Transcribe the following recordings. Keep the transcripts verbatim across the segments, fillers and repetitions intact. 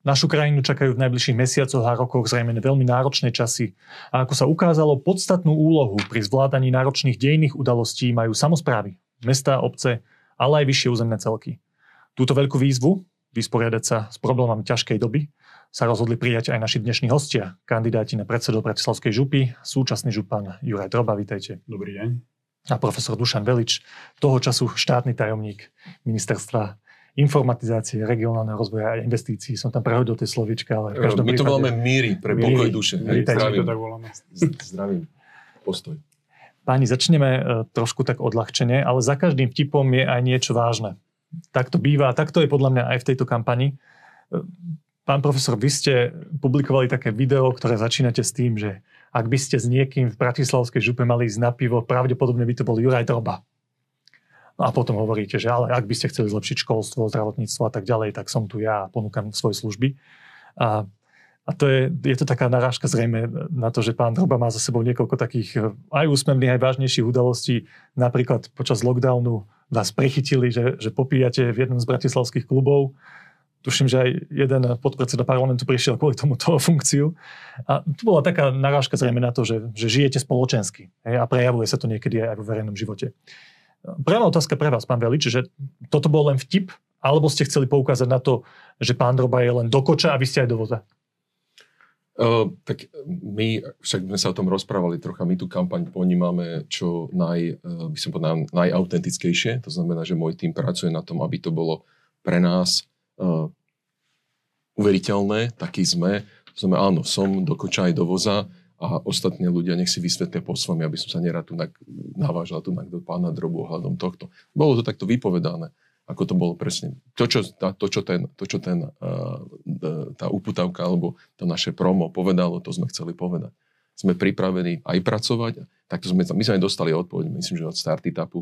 Našu krajinu čakajú v najbližších mesiacoch a rokoch zrejme veľmi náročné časy. A ako sa ukázalo, podstatnú úlohu pri zvládaní náročných dejinných udalostí majú samosprávy, mestá, obce, ale aj vyššie územné celky. Túto veľkú výzvu, vysporiadať sa s problémami ťažkej doby, sa rozhodli prijať aj naši dnešní hostia, kandidáti na predsedu Bratislavskej župy, súčasný župan Juraj Droba, vítajte. Dobrý deň. A profesor Dušan Velič, toho času štátny tajomník ministerstva informatizácie, regionálneho rozvoja a investícií. Som tam prehodil tie slovíčka, ale v každom My to prípade... voláme míry pre pokoj duše. Zdravím. To tak voláme. Zdravím. Postoj. Páni, začneme trošku tak odľahčene, ale za každým vtipom je aj niečo vážne. Tak to býva, tak to je podľa mňa aj v tejto kampani. Pán profesor, vy ste publikovali také video, ktoré začínate s tým, že ak by ste s niekým v Bratislavskej župe mali ísť na pivo, pravdepodobne by to bol Juraj Droba. No a potom hovoríte, že ale ak by ste chceli zlepšiť školstvo, zdravotníctvo a tak ďalej, tak som tu ja a ponúkam svoje služby. A, a to je, je to taká narážka zrejme na to, že pán Droba má za sebou niekoľko takých aj úsmevných, aj vážnejších udalostí. Napríklad počas lockdownu vás prechytili, že, že popíjate v jednom z bratislavských klubov. Tuším, že aj jeden podpredseda parlamentu prišiel kvôli tomuto funkciu. A to bola taká narážka zrejme na to, že, že žijete spoločensky. Hej, a prejavuje sa to niekedy aj vo verejnom živote. Priama otázka pre vás, pán Velič, že toto bol len vtip, alebo ste chceli poukázať na to, že pán Droba je len do koča a vy ste aj do voza? Uh, tak my, však sme sa o tom rozprávali trocha, my tú kampaň ponímame čo naj, uh, by som povedal, najautentickejšie. To znamená, že môj tým pracuje na tom, aby to bolo pre nás uh, uveriteľné, taký sme. To znamená, áno, som do koča aj do voza, a ostatní ľudia nech si vysvetlia po svojom, aby som sa nerad tu navážal tu do pána Drobu ohľadom tohto. Bolo to takto vypovedané, ako to bolo presne. To, čo, tá, to, čo, ten, to, čo ten, uh, tá uputavka alebo to naše promo povedalo, to sme chceli povedať. Sme pripravení aj pracovať. Takto sme, my sme aj dostali odpoveď, myslím, že od Startitapu.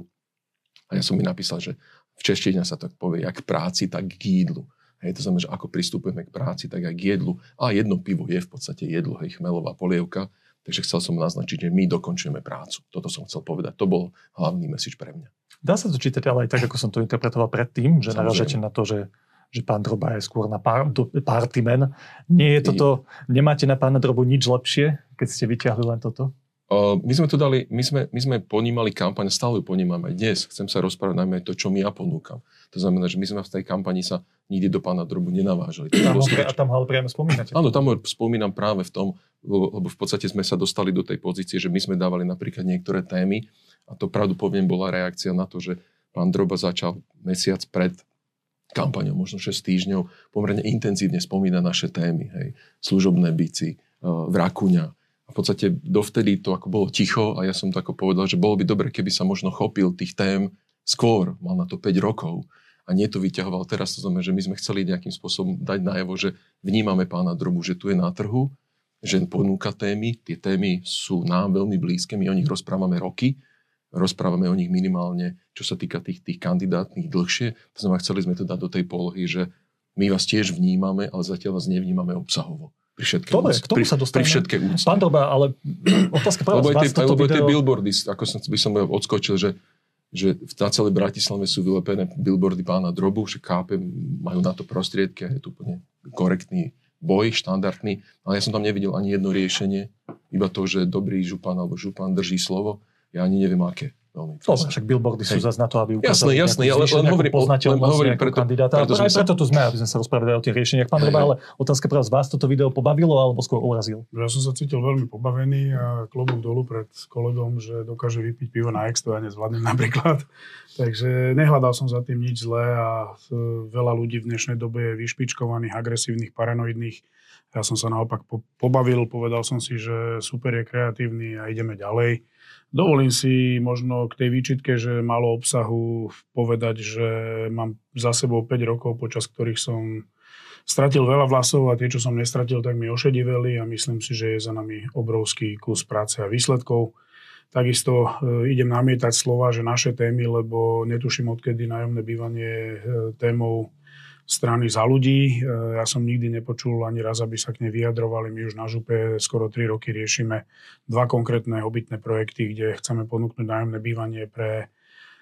A ja som mi napísal, že v češtine sa tak povie, jak k práci, tak k jídlu. Hej, to znamená, že ako pristupujeme k práci, tak aj k jedlu. A jedno pivo je v podstate jedlo, hej, chmelová polievka. Takže chcel som naznačiť, že my dokončujeme prácu. Toto som chcel povedať. To bol hlavný message pre mňa. Dá sa to čítať ale aj tak, ako som to interpretoval predtým, že narážate na to, že, že pán Droba je skôr na pár, partyman. Nie je toto, nemáte na pána Drobu nič lepšie, keď ste vyťahli len toto? Uh, my sme to dali, my sme, my sme ponímali kampaň, stále ju ponímame aj dnes. Chcem sa rozprávať najmä to, čo mi ja ponúkam. To znamená, že my sme v tej kampani sa nikdy do pána Drobu nenavážali. Tam ho, a tam ho priamo spomínate. Áno, tam ho spomínam práve v tom, lebo v podstate sme sa dostali do tej pozície, že my sme dávali napríklad niektoré témy a to pravdu poviem bola reakcia na to, že pán Droba začal mesiac pred kampaňou, možno šesť týždňov, pomerne intenzívne spomínať naše témy. Hej. Služobné bici, uh, Vrakuňa. V podstate dovtedy to ako bolo ticho a ja som to ako povedal, že bolo by dobre, keby sa možno chopil tých tém skôr, mal na to päť rokov a nie to vyťahoval teraz. To znamená, že my sme chceli nejakým spôsobom dať najavo, že vnímame pána Drobu, že tu je na trhu, že ponúka témy, tie témy sú nám veľmi blízke, my o nich rozprávame roky, rozprávame o nich minimálne, čo sa týka tých, tých kandidátnych dlhšie. To znamená, chceli sme to dať do tej polohy, že my vás tiež vnímame, ale zatiaľ vás nevnímame obsahovo. Pri všetkej Dobre, k tomu sa dostaneme. Pri všetkej úcte. Pán Droba, ale otázka pre vás. Lebo vás tie, toto tie video... billboardy, ako som, by som odskočil, že, že na celej Bratislave sú vylepené billboardy pána Drobu, že kápe, majú na to prostriedky a je to úplne korektný boj, štandardný. Ale ja som tam nevidel ani jedno riešenie, iba to, že dobrý župan alebo župan drží slovo. Ja ani neviem, aké. Veľmi Dobre, však billboardy sú zase na to, aby ukázali jasné, jasné, nejakú, len hovorím, poznateľnosť hovorím, nejakého preto, kandidáta. Preto aj sa... preto tu sme, aby sme sa rozprávali o tých riešeniach. Pán Droba, ale otázka pre vás, vás toto video pobavilo alebo skôr urazil? Ja som sa cítil veľmi pobavený a klobúk dolu pred kolegom, že dokáže vypiť pivo na exto a nezvládnem napríklad. Takže nehľadal som za tým nič zlé a veľa ľudí v dnešnej dobe je vyšpičkovaných, agresívnych, paranoidných. Ja som sa naopak pobavil, povedal som si, že super je kreatívny a ideme ďalej. Dovolím si možno k tej výčitke, že málo obsahu povedať, že mám za sebou päť rokov, počas ktorých som stratil veľa vlasov a tie, čo som nestratil, tak mi ošediveli a myslím si, že je za nami obrovský kus práce a výsledkov. Takisto e, idem namietať slova, že naše témy, lebo netuším, odkedy nájomné bývanie je témou strany Za ľudí. Ja som nikdy nepočul ani raz, aby sa k nej vyjadrovali. My už na župe skoro tri roky riešime dva konkrétne obytné projekty, kde chceme ponúknuť nájomné bývanie pre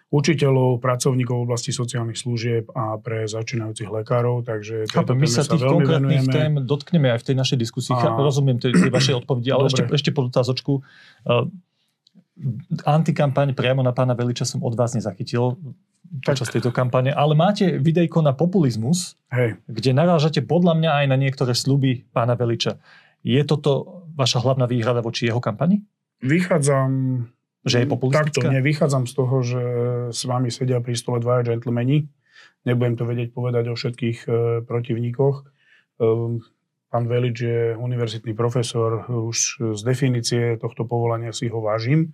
učiteľov, pracovníkov v oblasti sociálnych služieb a pre začínajúcich lekárov, takže Chápem, my sa tých konkrétnych tém dotkneme aj v tej našej diskusii. A... Rozumiem tej, tej vašej odpovedi, ale ešte, ešte pod otázočku. Uh, antikampaň priamo na pána Veliča som od vás nezachytil počas tejto kampane, ale máte videjko na populizmus, Hej. kde narážate podľa mňa aj na niektoré sľuby pána Veliča. Je toto vaša hlavná výhrada voči jeho kampani? Vychádzam... Že je populistická? Takto, nevychádzam z toho, že s vami sedia pri stole dvaja džentlmeni. Nebudem to vedieť povedať o všetkých e, protivníkoch. E, pán Velič je univerzitný profesor, už z definície tohto povolania si ho vážim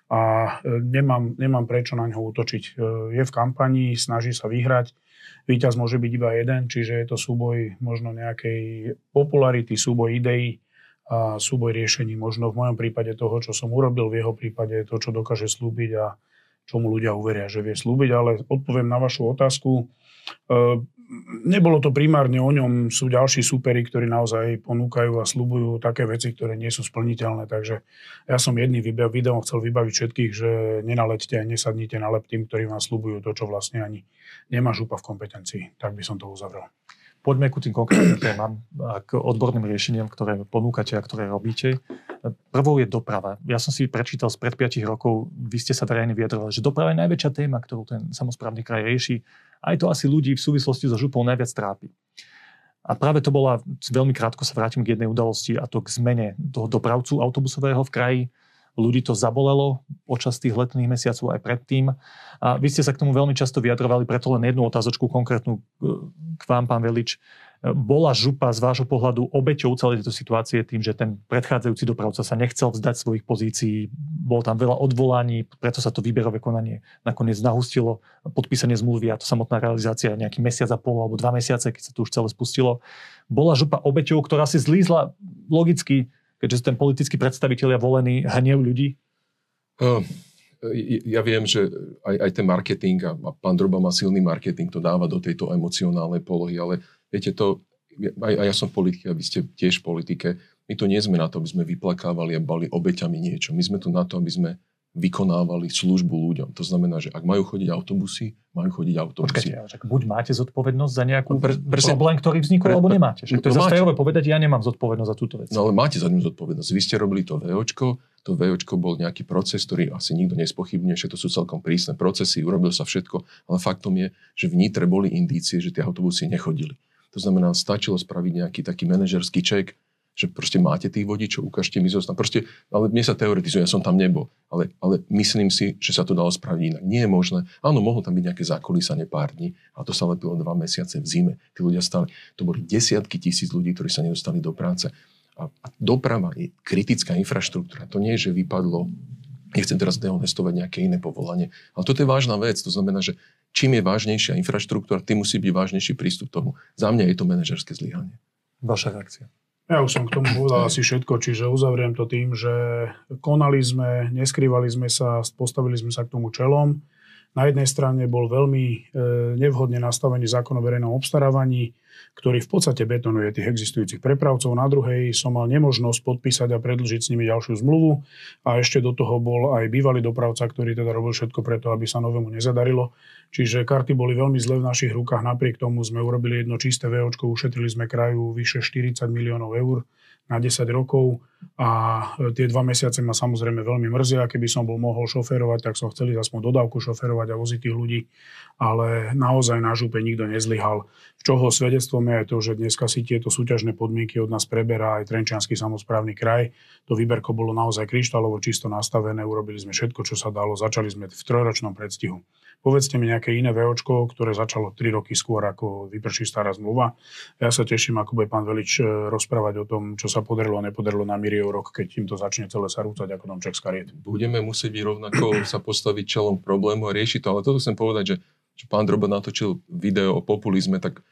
a nemám, nemám prečo na ňo útočiť. E, je v kampani, snaží sa vyhrať. Víťaz môže byť iba jeden, čiže je to súboj možno nejakej popularity, súboj ideí a súboj riešení. Možno v mojom prípade toho, čo som urobil, v jeho prípade to, čo dokáže slúbiť a čomu ľudia uveria, že vie slúbiť. Ale odpoviem na vašu otázku. Nebolo to primárne o ňom, sú ďalší súperi, ktorí naozaj ponúkajú a sľubujú také veci, ktoré nie sú splniteľné. Takže ja som jedným videom chcel vybaviť všetkých, že nenaleďte a nesadnite na lep tým, ktorí vám sľubujú to, čo vlastne ani nemá župa v kompetencii. Tak by som to uzavrel. Poďme ku tým konkrétnym témam a k odborným riešeniam, ktoré ponúkate a ktoré robíte. Prvou je doprava. Ja som si prečítal spred piatich rokov, vy ste sa verejne vyjadrovali, že doprava je najväčšia téma, ktorú ten samosprávny kraj rieši. Aj to asi ľudí v súvislosti so župou najviac trápi. A práve to bola, veľmi krátko sa vrátim k jednej udalosti, a to k zmene toho dopravcu autobusového v kraji. Ľudí to zabolelo počas tých letných mesiacov aj predtým. A vy ste sa k tomu veľmi často vyjadrovali, preto len jednu otázočku konkrétnu k vám, pán Velič. Bola župa z vášho pohľadu obeťou celej tejto situácie tým, že ten predchádzajúci dopravca sa nechcel vzdať svojich pozícií, bolo tam veľa odvolaní, preto sa to výberové konanie nakoniec nahustilo, podpísanie zmluvy a to samotná realizácia nejaký mesiac a pol alebo dva mesiace, keď sa to už celé spustilo. Bola župa obeťou, ktorá si zlízla logicky, keďže ten politickí predstavitelia volení hnev ľudí? Uh, ja viem, že aj, aj ten marketing, a pán Droba má silný marketing, to dáva do tejto emocionálnej polohy, ale viete to, aj, aj ja som v politike, a vy ste tiež v politike, my tu nie sme na to, aby sme vyplakávali a bali obeťami niečo. My sme tu na to, aby sme vykonávali službu ľuďom. To znamená, že ak majú chodiť autobusy, majú chodiť autobusy. Počkajte, buď máte zodpovednosť za nejakú pre, pre, problém, ktorý vznikol, pre, alebo nemáte. Však to no, je zase férové povedať, ja nemám zodpovednosť za túto vec. No ale máte za ňu zodpovednosť. Vy ste robili to VOčko, to VOčko bol nejaký proces, ktorý asi nikto nespochybňuje, že to sú celkom prísne procesy, urobil sa všetko, ale faktom je, že v Nitre boli indície, že tie autobusy nechodili. To znamená, stačilo spraviť nejaký taký manažerský ček, že proste máte tých vodičov, ukážte mi zoznam. Proste, ale mne sa teoretizuje, ja som tam nebol. Ale, ale myslím si, že sa to dalo spraviť inak. Nie je možné. Áno, mohlo tam byť nejaké zákulisanie pár dní, a to sa lepilo dva mesiace v zime. Tí ľudia stáli. To boli desiatky tisíc ľudí, ktorí sa nedostali do práce. A, a doprava je kritická infraštruktúra. To nie je, že vypadlo, nechcem teraz dehonestovať nejaké iné povolanie. Ale toto je vážna vec. To znamená, že čím je vážnejšia infraštruktúra, tým musí byť vážnejší prístup k tomu. Za mňa je to manažerské zlyhanie. Vaša reakcia? Ja už som k tomu povedal asi všetko, čiže uzavriem to tým, že konali sme, neskrývali sme sa, postavili sme sa k tomu čelom. Na jednej strane bol veľmi nevhodne nastavený zákon o verejnom obstarávaní, ktorý v podstate betonuje tých existujúcich prepravcov. Na druhej som mal nemožnosť podpísať a predĺžiť s nimi ďalšiu zmluvu a ešte do toho bol aj bývalý dopravca, ktorý teda robil všetko preto, aby sa novému nezadarilo. Čiže karty boli veľmi zle v našich rukách. Napriek tomu sme urobili jedno čisté VOčko, ušetrili sme kraju vyše štyridsať miliónov eur na desať rokov a tie dva mesiace ma samozrejme veľmi mrzia. Keby som bol mohol šoférovať, tak som chcel aspoň dodávku šoférovať a voziť tých ľudí, ale naozaj na župe nikto nezlyhal. V čoho svedectvom je aj to, že dneska si tieto súťažné podmienky od nás preberá aj Trenčiansky samosprávny kraj. To výberko bolo naozaj kryštálovo čisto nastavené, urobili sme všetko, čo sa dalo, začali sme v trojročnom predstihu. Povedzte mi nejaké iné VOčko, ktoré začalo tri roky skôr, ako vyprší stará zmluva. Ja sa teším, ako bude pán Velič rozprávať o tom, čo sa podarilo a nepodarilo na Miriov rok, keď im to začne celé sa rúcať ako domček z kariet. Budeme musieť byť rovnako sa postaviť čelom k problému a riešiť to. Ale toto chcem povedať, že, že pán Droba natočil video o populizme, tak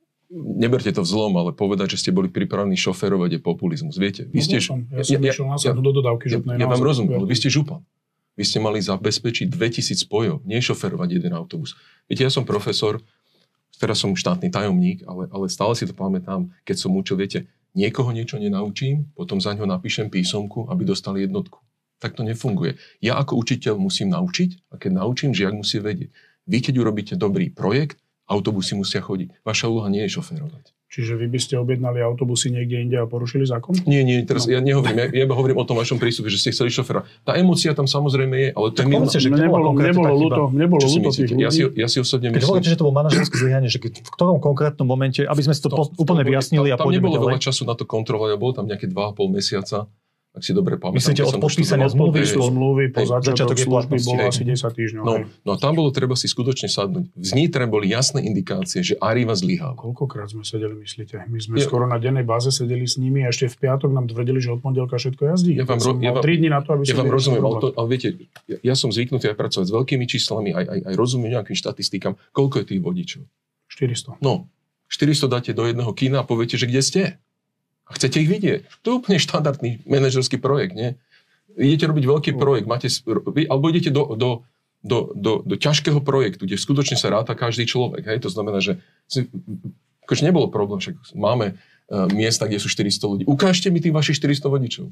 neberte to v zlom, ale povedať, že ste boli pripravení šoférovať je populizmus. Viete, vy ste... No, som. Ja som ja, išiel ja, následnú do dodávky župnej. Ja, ja vám rozumiem, ale vy ste župan. Vy ste mali zabezpečiť dvetisíc spojov, nie šoférovať jeden autobus. Viete, ja som profesor, teraz som štátny tajomník, ale, ale stále si to pamätám, keď som učil, viete, niekoho niečo nenaučím, potom za ňo napíšem písomku, aby dostali jednotku. Tak to nefunguje. Ja ako učiteľ musím naučiť a keď naučím, žiak musí vedieť. Vy, keď urobíte dobrý projekt, autobusy musia chodiť. Vaša úloha nie je šoférovať. Čiže vy by ste objednali autobusy niekde inde a porušili zákon? Nie, nie, teraz no. ja nehovorím, ja, ja hovorím o tom vašom prístupe, že ste chceli šoféra. Tá emócia tam samozrejme je, ale to je mimo. Že nebolo, nebolo ľúto, nebolo ľúto tých ľudí. Ja si, ja si osobne keď myslím... Keď hovoríte, že to bolo manažerské zlyhanie, že keď, v ktorom konkrétnom momente, aby sme si to, to úplne vyjasnili a pôjdeme ďalej. Tam nebolo veľa času na to kontrolovať, bolo tam nejaké dva a pol mesiaca. Ak si dobre pamätám. Myslíte od podpísania zmluvy? Zmluvy po začiatok služby bolo asi desať týždňov. No, no a tam bolo treba si skutočne sadnúť. V Nitre boli jasné indikácie, že Arriva zlyhal. Koľkokrát sme sedeli, myslíte? My sme ja, skoro na dennej báze sedeli s nimi a ešte v piatok nám tvrdili, že od pondelka všetko jazdí. Ja vám, ro- ja vám, tri dni na to, aby ja vám rozumiem, ale, to, ale viete, ja, ja som zvyknutý aj pracovať s veľkými číslami, aj, aj, aj rozumiem nejakým štatistikám. Koľko je tých vodičov? štyristo. No, štyristo dáte do jedného kína a poviete, že kde ste? A chcete ich vidieť. To je úplne štandardný manažerský projekt, nie? Idete robiť veľký projekt, máte, alebo idete do, do, do, do, do ťažkého projektu, kde skutočne sa ráta každý človek. Hej? To znamená, že akože nebolo problém, však máme uh, miesta, kde sú štyristo ľudí. Ukážte mi tých vašich štyristo vodičov.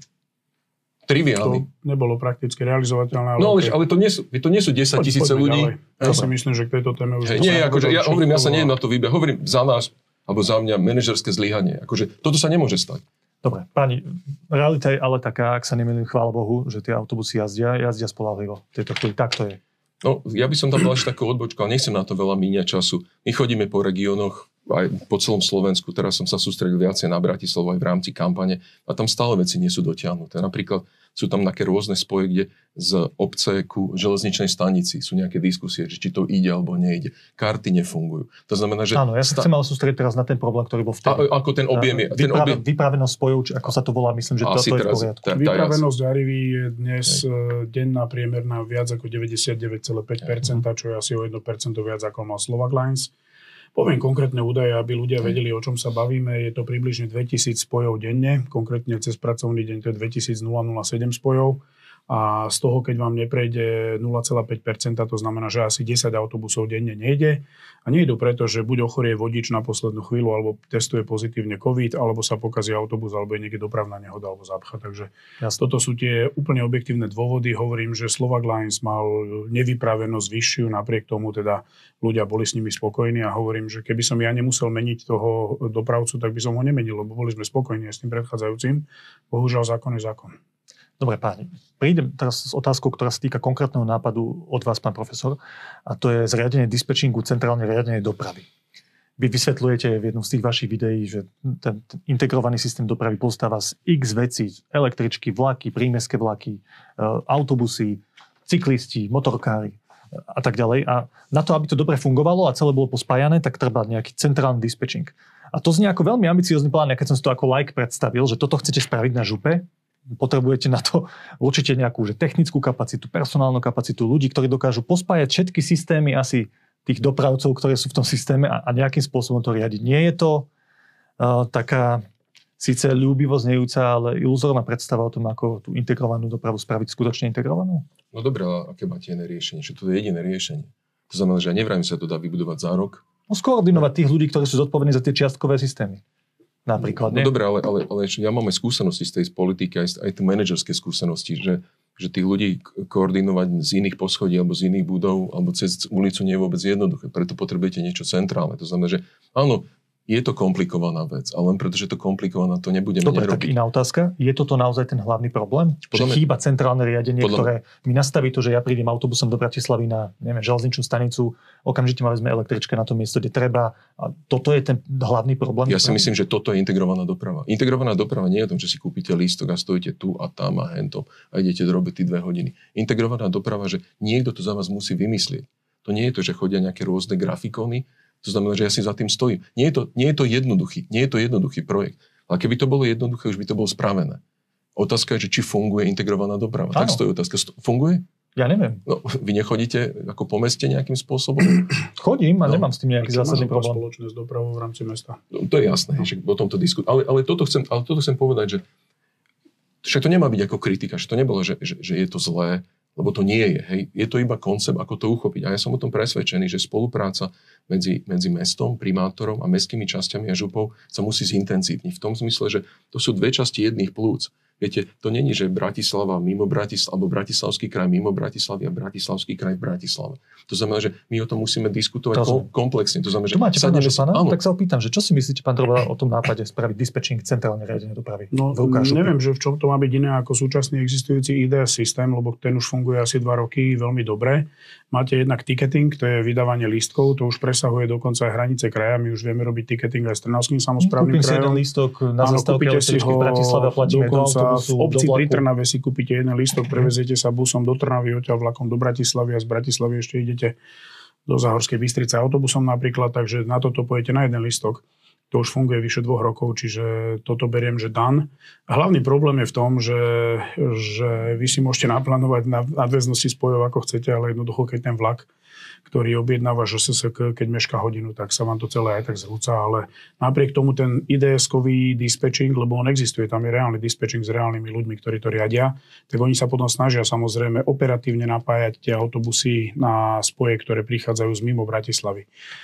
Triviálny. To nebolo prakticky realizovateľné. Ale no ale, okay. ale to nie sú, to nie sú desať tisíce ľudí. Ja si myslím, že k tejto téme už... Hej, nie, akože, ja hovorím, ja sa nie na to výber. Hovorím za nás, alebo za mňa manažerské zlyhanie. Akože toto sa nemôže stať. Dobre, páni, realita je ale taká, ak sa nemýlim, chvála Bohu, že tie autobusy jazdia, jazdia spoľahlivo. Tak to je. No, ja by som tam dal ešte takú odbočku, ale nechcem na to veľa míňať času. My chodíme po regiónoch, aj po celom Slovensku, teraz som sa sústredil viacej na Bratislavu aj v rámci kampane a tam stále veci nie sú dotiahnuté. Napríklad sú tam také rôzne spoje, kde z obce ku železničnej stanici sú nejaké diskusie, že či to ide alebo nejde. Karty nefungujú. To znamená, že... Áno, ja sa chcem ale sústrediť teraz na ten problém, ktorý bol vtedy. A, ako ten objem je... Ten Vyprave, objem... Vypravenosť spojov, či ako sa to volá, myslím, že to, to je v poriadku. Tá, tá Vypravenosť Arrivy je dnes Hej. denná priemerná viac ako deväťdesiatdeväť celá päť percenta, čo je asi o jedno percento viac ako má Slovak Lines. Poviem konkrétne údaje, aby ľudia vedeli, o čom sa bavíme. Je to približne dvetisíc spojov denne, konkrétne cez pracovný deň to je dvetisícsedem spojov. A z toho, keď vám neprejde nula celá päť percenta, to znamená, že asi desať autobusov denne nejde. A nejdu preto, že buď ochorie vodič na poslednú chvíľu, alebo testuje pozitívne COVID, alebo sa pokazí autobus, alebo je niekde dopravná nehoda, alebo zápcha. Takže Jasne. Toto sú tie úplne objektívne dôvody. Hovorím, že Slovak Lines mal nevypravenosť vyššiu, napriek tomu teda ľudia boli s nimi spokojní a hovorím, že keby som ja nemusel meniť toho dopravcu, tak by som ho nemenil, lebo boli sme spokojní s tým predchádzajúcim. Bohužiaľ zákon je zákon. Dobre, páni, prídem teraz s otázkou, ktorá sa týka konkrétneho nápadu od vás, pán profesor, a to je zriadenie dispečingu centrálne riadenej dopravy. Vy vysvetľujete v jednom z tých vašich videí, že ten, ten integrovaný systém dopravy postáva z x vecí, električky, vlaky, prímestské vlaky, autobusy, cyklisti, motorkári a tak ďalej. A na to, aby to dobre fungovalo a celé bolo pospájané, tak treba nejaký centrálny dispečing. A to znie ako veľmi ambiciózny plán, keď som si to ako like predstavil, že toto chcete spraviť na župe. Potrebujete na to určite nejakú že technickú kapacitu, personálnu kapacitu ľudí, ktorí dokážu pospájať všetky systémy asi tých dopravcov, ktoré sú v tom systéme a, a nejakým spôsobom to riadiť. Nie je to uh, taká síce ľúbivo znejúca, ale iluzórna predstava o tom, ako tú integrovanú dopravu spraviť skutočne integrovanú? No dobré, ale aké máte iné riešenie? Že to je jediné riešenie. To znamená, že ja nevrajím sa to dá vybudovať za rok. No skoordinovať tých ľudí, ktorí sú zodpovední za tie čiastkové systémy. Napríklad, no, no dobre, ale, ale, ale ja mám aj skúsenosti z tej politiky, aj, aj tie manažerské skúsenosti, že, že tých ľudí koordinovať z iných poschodí alebo z iných budov alebo cez ulicu nie je vôbec jednoduché. Preto potrebujete niečo centrálne. To znamená, že áno, je to komplikovaná vec, ale len preto, že to komplikovaná, to nebudeme Dobre, nerobiť. Tak iná otázka. Je toto naozaj ten hlavný problém? Podľa že chýba centrálne riadenie, podľa ktoré mi nastaví to, že ja prídem autobusom do Bratislavy na neviem, železničnú stanicu, okamžite ma vezme električka na to miesto, kde treba. A toto je ten hlavný problém? Ja si myslím, že toto je integrovaná doprava. Integrovaná doprava nie je o tom, že si kúpite lístok a stojíte tu a tam a hentom a idete robiť tie dve hodiny. Integrovaná doprava, že niekto to za vás musí vymyslieť. To nie je to, že chodia nejaké rôzne grafikóny. To znamená, že ja si za tým stojím. Nie je to, nie je to jednoduchý, nie je to jednoduchý projekt. Ale keby to bolo jednoduché, už by to bolo spravené. Otázka je, že či funguje integrovaná doprava. Áno. Tak stojí otázka. Funguje? Ja neviem. No, vy nechodíte ako po meste nejakým spôsobom? Chodím a no. Nemám s tým nejaký zásadný problém. Spoločné s dopravou v rámci mesta. No, to je jasné, no. Že o tomto diskut. Ale, ale, toto chcem, ale toto chcem povedať, že však to nemá byť ako kritika, že to nebolo, že, že, že je to zlé, lebo to nie je. Hej. Je to iba koncept, ako to uchopiť. A ja som o tom presvedčený, že spolupráca medzi, medzi mestom, primátorom a mestskými časťami a župou sa musí zintenzívniť. V tom zmysle, že to sú dve časti jedných plúc. Viete, to není, že Bratislava mimo Bratislava, alebo Bratislavský kraj mimo Bratislavy a Bratislavský kraj v Bratislave. To znamená, že my o tom musíme diskutovať to komplexne. To znamená, že tu máte pána Župana, áno. Tak sa opýtam, že čo si myslíte, pán Droba, o tom nápade spraviť dispečing centrálne riadenie dopravy? No, neviem, že v čom to má byť iné ako súčasný existujúci í dé es systém, lebo ten už funguje asi dva roky veľmi dobre. Máte jednak ticketing, to je vydávanie lístkov, to už presahuje dokonca aj hranice kraja. My už vieme robiť ticketing aj s Trnavským samosprávnym krajom. Kúpim si jeden lístok na zastávke električky v Bratislave a platíme do autobusu, v obci do pri Trnave si kúpite jeden lístok, preveziete sa busom do Trnavy, odtiaľ vlakom do Bratislavy a z Bratislavy ešte idete do Záhorskej Bystrice autobusom napríklad, takže na toto pojete na jeden lístok. To už funguje vyše dvoch rokov, čiže toto beriem, že dan. Hlavný problém je v tom, že, že vy si môžete naplánovať na nadväznosti spojov ako chcete, ale jednoducho, keď ten vlak, ktorý objednáva ž es es ká, keď meška hodinu, tak sa vám to celé aj tak zrúca, ale napriek tomu ten í dé eskový dispečing, lebo on existuje, tam je reálny dispečing s reálnymi ľuďmi, ktorí to riadia, tak oni sa potom snažia samozrejme operatívne napájať tie autobusy na spoje, ktoré prichádzajú z mimo Bratislavy.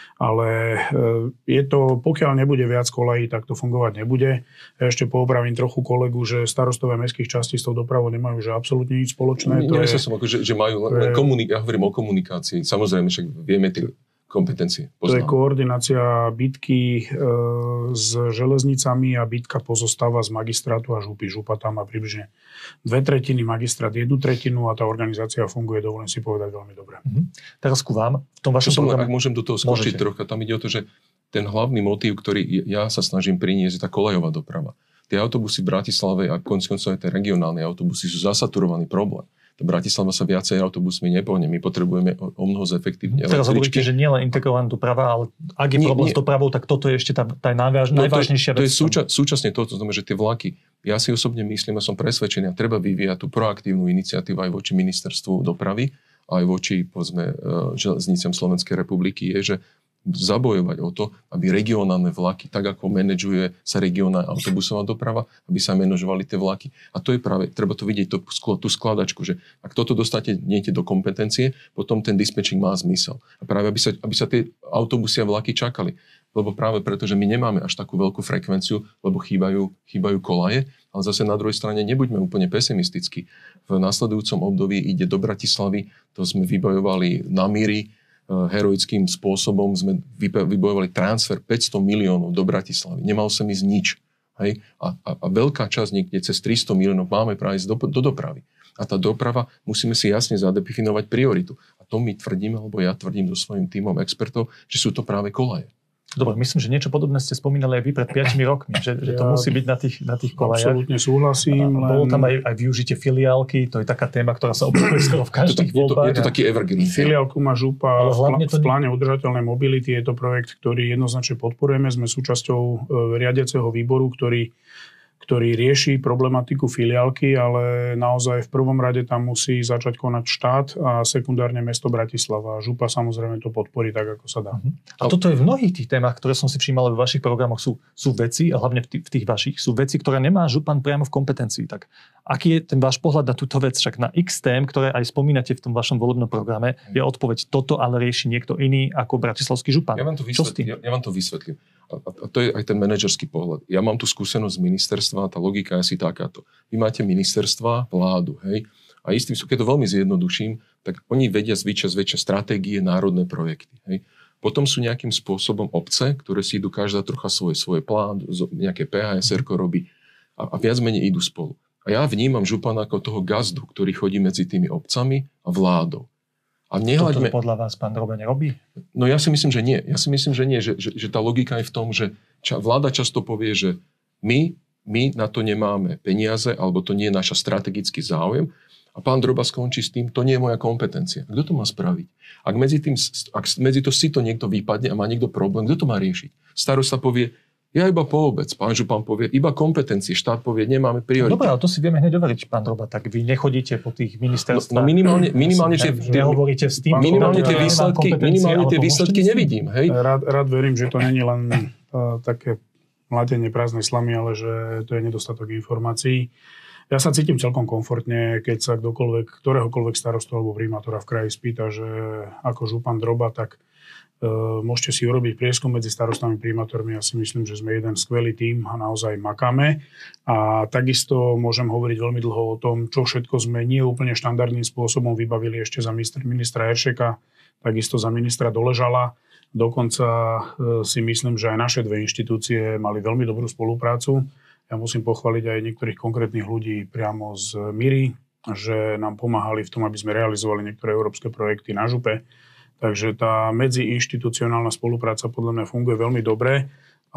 Ale je to, pokiaľ nebude viac kolají, tak to fungovať nebude. Ja ešte poopravím trochu kolegu, že starostové mestských častí s tou dopravou nemajú že absolútne nič spoločné. To je, som ako, že, že majú len je, komunik- ja hovorím o komunikácii. Samozrejme, však vieme tie kompetencie. Poznám. To je koordinácia bitky e, s železnicami a bitka pozostáva z magistrátu a župy. Župa tam má približne dve tretiny, magistrát jednu tretinu a tá organizácia funguje, dovolím si povedať, veľmi dobre. Mm-hmm. Teraz ku vám. V tom vašom som, programe... Ak môžem do toho skočiť trocha, tam ide o to, že ten hlavný motív, ktorý ja sa snažím priniesť, je tá koľajová doprava. Tie autobusy v Bratislave a konec koncov aj tie regionálne autobusy sú zasaturovaný problém. Tá Bratislava sa viacej autobusmi nepohne. My potrebujeme o, o mnoho zefektívne električky. Teraz hovoríte, že nie len integrovaná doprava, ale ak je nie, problém nie. s dopravou, tak toto je ešte tá, tá najváž, no, najvážnejšia to, vec. To je súča, súčasne to, to znamená, že tie vlaky, ja si osobne myslím a som presvedčený, a treba vyvíjať tú proaktívnu iniciatívu aj voči ministerstvu dopravy, aj voči, povedzme, železniciam Slovenskej republiky, je, že zabojovať o to, aby regionálne vlaky, tak ako manažuje sa regionálna autobusová doprava, aby sa manažovali tie vlaky. A to je práve, treba to vidieť, to, tú skladačku, že ak toto dostate niete do kompetencie, potom ten dispečing má zmysel. A práve, aby sa, aby sa tie autobusy a vlaky čakali. Lebo práve preto, že my nemáme až takú veľkú frekvenciu, lebo chýbajú, chýbajú kolaje, ale zase na druhej strane nebuďme úplne pesimistickí. V nasledujúcom období ide do Bratislavy, to sme vybojovali na Míri, heroickým spôsobom sme vybojovali transfer päťsto miliónov do Bratislavy. Nemal som ísť nič. Hej? A, a, a veľká časť, niekde cez tristo miliónov máme práve ísť do, do dopravy. A tá doprava, musíme si jasne zadefinovať prioritu. A to my tvrdíme, alebo ja tvrdím so svojím tímom expertov, že sú to práve kolaje. Dobre, myslím, že niečo podobné ste spomínali aj vy pred piatimi rokmi, že, že to ja musí byť na tých, na tých kolajach. Absolútne súhlasím. Len... Bolo tam aj, aj využitie filiálky, to je taká téma, ktorá sa opakuje skoro v každých voľbách. Je to, je to taký evergreen. Filiálku má župa v, plá, to... v pláne udržateľnej mobility. Je to projekt, ktorý jednoznačne podporujeme. Sme súčasťou e, riadiaceho výboru, ktorý ktorý rieši problematiku filiálky, ale naozaj v prvom rade tam musí začať konať štát a sekundárne mesto Bratislava. Župa samozrejme to podporí tak, ako sa dá. A toto je v mnohých tých témach, ktoré som si všímal v vašich programoch, sú, sú veci, a hlavne v tých, v tých vašich, sú veci, ktoré nemá župan priamo v kompetencii. Tak aký je ten váš pohľad na túto vec? Však na X tém, ktoré aj spomínate v tom vašom volebnom programe, je odpoveď toto, ale rieši niekto iný ako bratislavský župan. Ja vám to vysvetlím. Ja, ja vám to vysvetlím. A, a to je aj ten manažerský pohľad. Ja mám tu skúsenosť z ministerstva, tá logika je asi takáto. Vy máte ministerstva, vládu, hej, a istým, keď to veľmi zjednoduším, tak oni vedia zvyčas väčšie stratégie, národné projekty, hej. Potom sú nejakým spôsobom obce, ktoré si idú každá trocha svoj, svoj plán, nejaké pé há es erko robí a, a viac menej idú spolu. A ja vnímam župana ako toho gazdu, ktorý chodí medzi tými obcami a vládou. A nehľaďme... Toto podľa vás pán Droba nerobí? No ja si myslím, že nie. Ja si myslím, že nie. Že, že, že tá logika je v tom, že ča, vláda často povie, že my, my na to nemáme peniaze, alebo to nie je naša strategický záujem. A pán Droba skončí s tým, to nie je moja kompetencia. Kto to má spraviť? Ak medzi, tým, ak medzi to si to niekto vypadne a má niekto problém, kto to má riešiť? Starosta povie, ja iba po obec. Pán župan povie, iba kompetencie. Štát povie, nemáme priority. Dobre, ale to si vieme hneď overiť, pán Droba. Tak vy nechodíte po tých ministerstvách. No, no minimálne, minimálne tie, nehovoríte s tým, minimálne tie výsledky, minimálne tie výsledky nevidím. Hej? Rád, rád verím, že to není len uh, také mladenie prázdnej slamy, ale že to je nedostatok informácií. Ja sa cítim celkom komfortne, keď sa kdokoľvek, ktoréhokoľvek starostu alebo primátora v kraji spýta, že ako župan Droba, tak uh, môžete si urobiť prieskum medzi starostami primátormi. Ja si myslím, že sme jeden skvelý tím a naozaj makáme. A takisto môžem hovoriť veľmi dlho o tom, čo všetko sme nie úplne štandardným spôsobom vybavili ešte za ministra Heršeka, takisto za ministra Doležala. Dokonca uh, si myslím, že aj naše dve inštitúcie mali veľmi dobrú spoluprácu. Ja musím pochváliť aj niektorých konkrétnych ľudí priamo z Miry, že nám pomáhali v tom, aby sme realizovali niektoré európske projekty na župe. Takže tá medziinštitucionálna spolupráca podľa mňa funguje veľmi dobre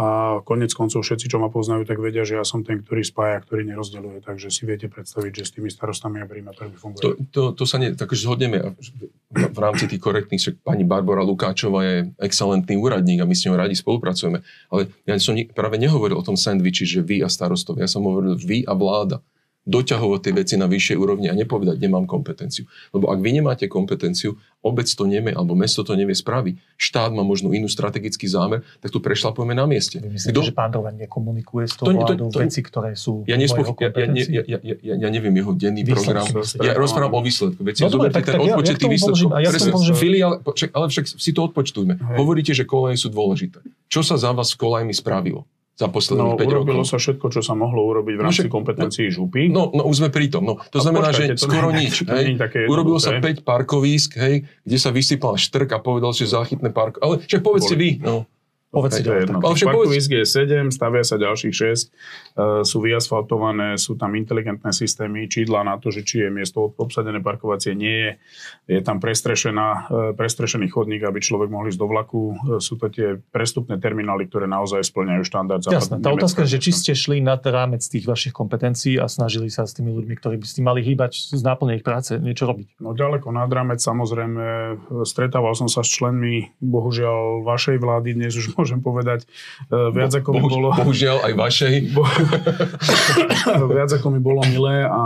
a konec koncov všetci, čo ma poznajú, tak vedia, že ja som ten, ktorý spája, ktorý nerozdeľuje. Takže si viete predstaviť, že s tými starostami a primátormi funguje. To, to, to sa ne, takže zhodneme v rámci tých korektných, že pani Barbora Lukáčová je excelentný úradník a my s ňou radi spolupracujeme. Ale ja som práve nehovoril o tom sandviči, že vy a starostovia. Ja som hovoril vy a vláda. Doťahovať tie veci na vyššej úrovni a nepovedať, nemám kompetenciu. Lebo ak vy nemáte kompetenciu, obec to nevie, alebo mesto to nevie spraviť, štát má možno inú strategický zámer, tak tu prešlapujeme na mieste. Vy myslíte, Kto... že pán Droba nekomunikuje s tou vládou to, to, veci, ktoré sú ja nespoch... ja, ja, ja, ja, ja, ja neviem jeho denný program. Ja rozprávam o výsledku. Veď si no, zoberte ten odpočet tých výsledkov. Ja Filiál, ale však si to odpočtujme. Hovoríte, že koleje sú dôležité. Čo sa za vás s kolejmi spravilo za posledných no, päť rokov? Urobilo sa všetko, čo sa mohlo urobiť v rámci no, kompetencií župy. No, no už sme pri tom. No, to a znamená, počkajte, že skoro nič. Hej. Urobilo sa päť parkovísk, hej, kde sa vysypal štrk a povedal, že záchytné parko. Ale však povedzte Boli. vy. No. Povedzte to jedno. Parkovísk je sedem, stavia sa ďalších šesť, uh, sú vyasfaltované, sú tam inteligentné systémy, čídla na to, že či je miesto obsadené parkovacie, nie je. Je tam prestrešená, uh, prestrešený chodník, aby človek mohol ísť do vlaku. Uh, sú to tie prestupné terminály, ktoré naozaj splňajú štandard. Jasné, tá otázka je, že či ste šli nad rámec tých vašich kompetencií a snažili sa s tými ľuďmi, ktorí by ste mali hýbať z náplne ich práce, niečo robiť. No ďaleko nad rámec, samozrejme, stretával som sa s členmi, bohužiaľ, vašej vlády, dnes už môžem povedať, viac ako mi bolo... Bohužiaľ aj vašej. Bo, viac ako mi bolo milé a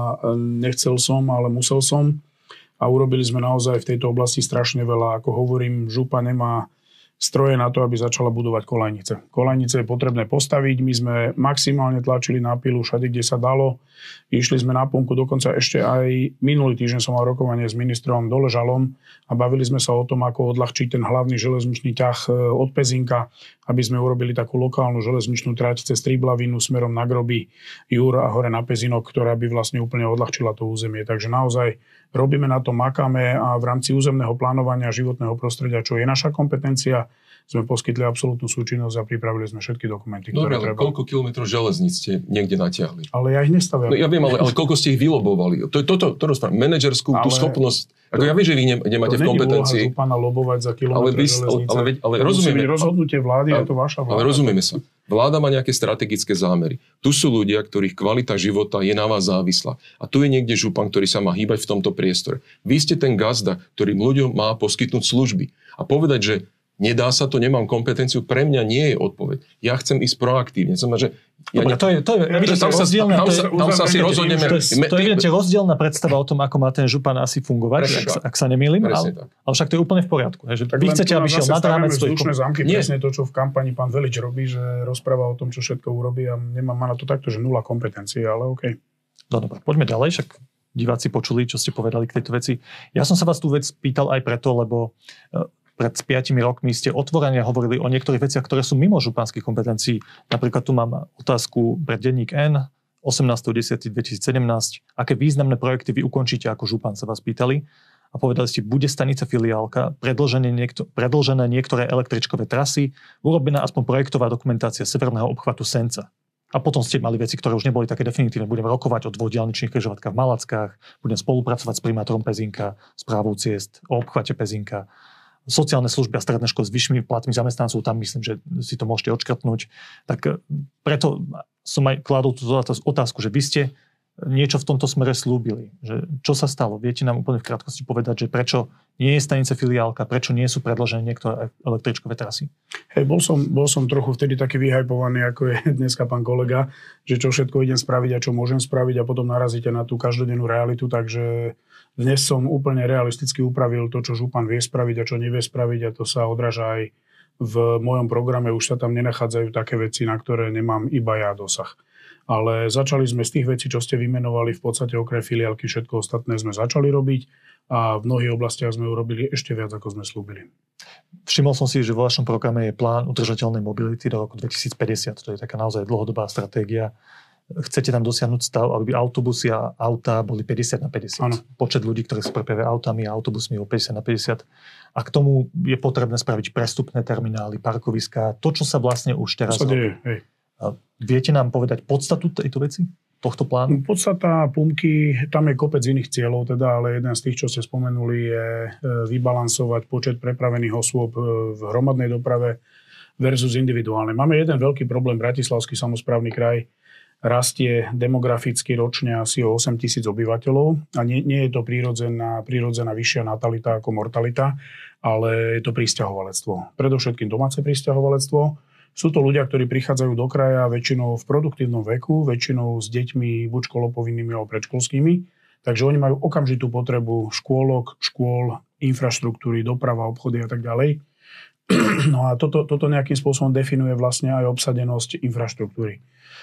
nechcel som, ale musel som. A urobili sme naozaj v tejto oblasti strašne veľa. Ako hovorím, župa nemá stroje na to, aby začala budovať kolajnice. Kolajnice je potrebné postaviť. My sme maximálne tlačili na pilu všade, kde sa dalo. Išli sme na punku, dokonca ešte aj minulý týždeň som mal rokovanie s ministrom Doležalom a bavili sme sa o tom, ako odľahčiť ten hlavný železničný ťah od Pezinka, aby sme urobili takú lokálnu železničnú trať cez Triblavinu smerom na Groby, Júr a hore na Pezinok, ktorá by vlastne úplne odľahčila to územie. Takže naozaj robíme na to, makáme a v rámci územného plánovania životného prostredia, čo je naša kompetencia, sme poskytli absolútnu súčinnosť a pripravili sme všetky dokumenty, ktoré Dobre, ale treba. Koľko kilometrov železníc ste niekde natiahli? Ale ja ich nestaviam. No, ja viem, ale, ale koľko ste ich vylobovali? To je toto, to rozprávam. Manažerskú, ale tú schopnosť. Ako ja viem, že vy nemáte v kompetencii. To není úloha župana lobovať za kilometre železnice. Ale, ale, ale rozumieme. Rozhodnutie vlády, ale, je to vaša vláda. Ale rozumieme sa. Vláda má nejaké strategické zámery. Tu sú ľudia, ktorých kvalita života je na vás závislá. A tu je niekde župan, ktorý sa má hýbať v tomto priestore. Vy ste ten gazda, ktorým ľuďom má poskytnúť služby. A povedať, že nedá sa to, nemám kompetenciu, pre mňa nie je odpoveď. Ja chcem ísť proaktívne. Znamená, že ja Dobre, ne... to je, to je evidentne rozdielna, tam sa, tam sa asi rozhodneme. To je, to je evidentne rozdielna predstava o tom, ako má ten župan asi fungovať, ak sa, ak sa nemýlim, ale, ale však to je úplne v poriadku. Že vy chcete, aby šiel nad rámec svojich kompetencií. Presne to, čo v kampani pán Velič robí, že rozpráva o tom, čo všetko urobí a nemá má na to takto, že nula kompetencií, ale OK. No dobre, poďme ďalej, však diváci počuli, čo ste povedali k tejto veci. Ja som sa vás tú vec pýtal aj preto, lebo pred piatimi rokmi ste otvorene hovorili o niektorých veciach, ktoré sú mimo županských kompetencií. Napríklad tu mám otázku pre denník N, osemnásteho októbra dvetisícsedemnásť. Aké významné projekty vy ukončíte ako župan, sa vás pýtali. A povedali ste, bude stanica filiálka, predĺžené, niekto, predĺžené niektoré električkové trasy, urobená aspoň projektová dokumentácia severného obchvatu Senca. A potom ste mali veci, ktoré už neboli také definitívne. Budem rokovať o dvoch diaľničných križovatkách v Malackách, budem spolupracovať s primátorom Pezinka, správou ciest, o obchvate Pezinka. Sociálne služby a stredné školy s vyššími platmi zamestnancov, tam myslím, že si to môžete odškrtnúť. Tak preto som aj kladol tú otázku, že vy ste niečo v tomto smere slúbili. Že čo sa stalo? Viete nám úplne v krátkosti povedať, že prečo nie je stanica filiálka, prečo nie sú predĺžené niektoré električkové trasy? Hej, bol som, bol som trochu vtedy taký vyhajpovaný, ako je dneska pán kolega, že čo všetko idem spraviť a čo môžem spraviť a potom narazíte na tú každodennú realitu, takže dnes som úplne realisticky upravil to, čo župan vie spraviť a čo nevie spraviť a to sa odráža aj v mojom programe. Už sa tam nenachádzajú také veci, na ktoré nemám iba ja dosah. Ale začali sme z tých vecí, čo ste vymenovali, v podstate okrem filiálky, všetko ostatné sme začali robiť a v mnohých oblastiach sme urobili ešte viac, ako sme slúbili. Všimol som si, že vo vašom programe je plán udržateľnej mobility do roku dvetisícpäťdesiat. To je taká naozaj dlhodobá stratégia. Chcete tam dosiahnuť stav, aby autobusy a autá boli päťdesiat na päťdesiat. Ano. Počet ľudí, ktorí sa prepravia autami a autobusmi je päťdesiat na päťdesiat. A k tomu je potrebné spraviť prestupné terminály, parkoviská. To, čo sa vlastne už teraz robí. Viete nám povedať podstatu tejto veci? Tohto plánu? Podstata Pumky, tam je kopec iných cieľov, teda, ale jeden z tých, čo ste spomenuli, je vybalansovať počet prepravených osôb v hromadnej doprave versus individuálne. Máme jeden veľký problém, Bratislavský samosprávny kraj rastie demograficky ročne asi o osem tisíc obyvateľov a nie, nie je to prírodzená, prírodzená vyššia natalita ako mortalita, ale je to prisťahovalectvo. Predovšetkým domáce prisťahovalectvo. Sú to ľudia, ktorí prichádzajú do kraja väčšinou v produktívnom veku, väčšinou s deťmi buď školopovinnými alebo predškolskými. Takže oni majú okamžitú potrebu škôlok, škôl, infraštruktúry, doprava, obchody a tak ďalej. No a toto, toto nejakým spôsobom definuje vlastne aj obsadenosť infraštruktúry.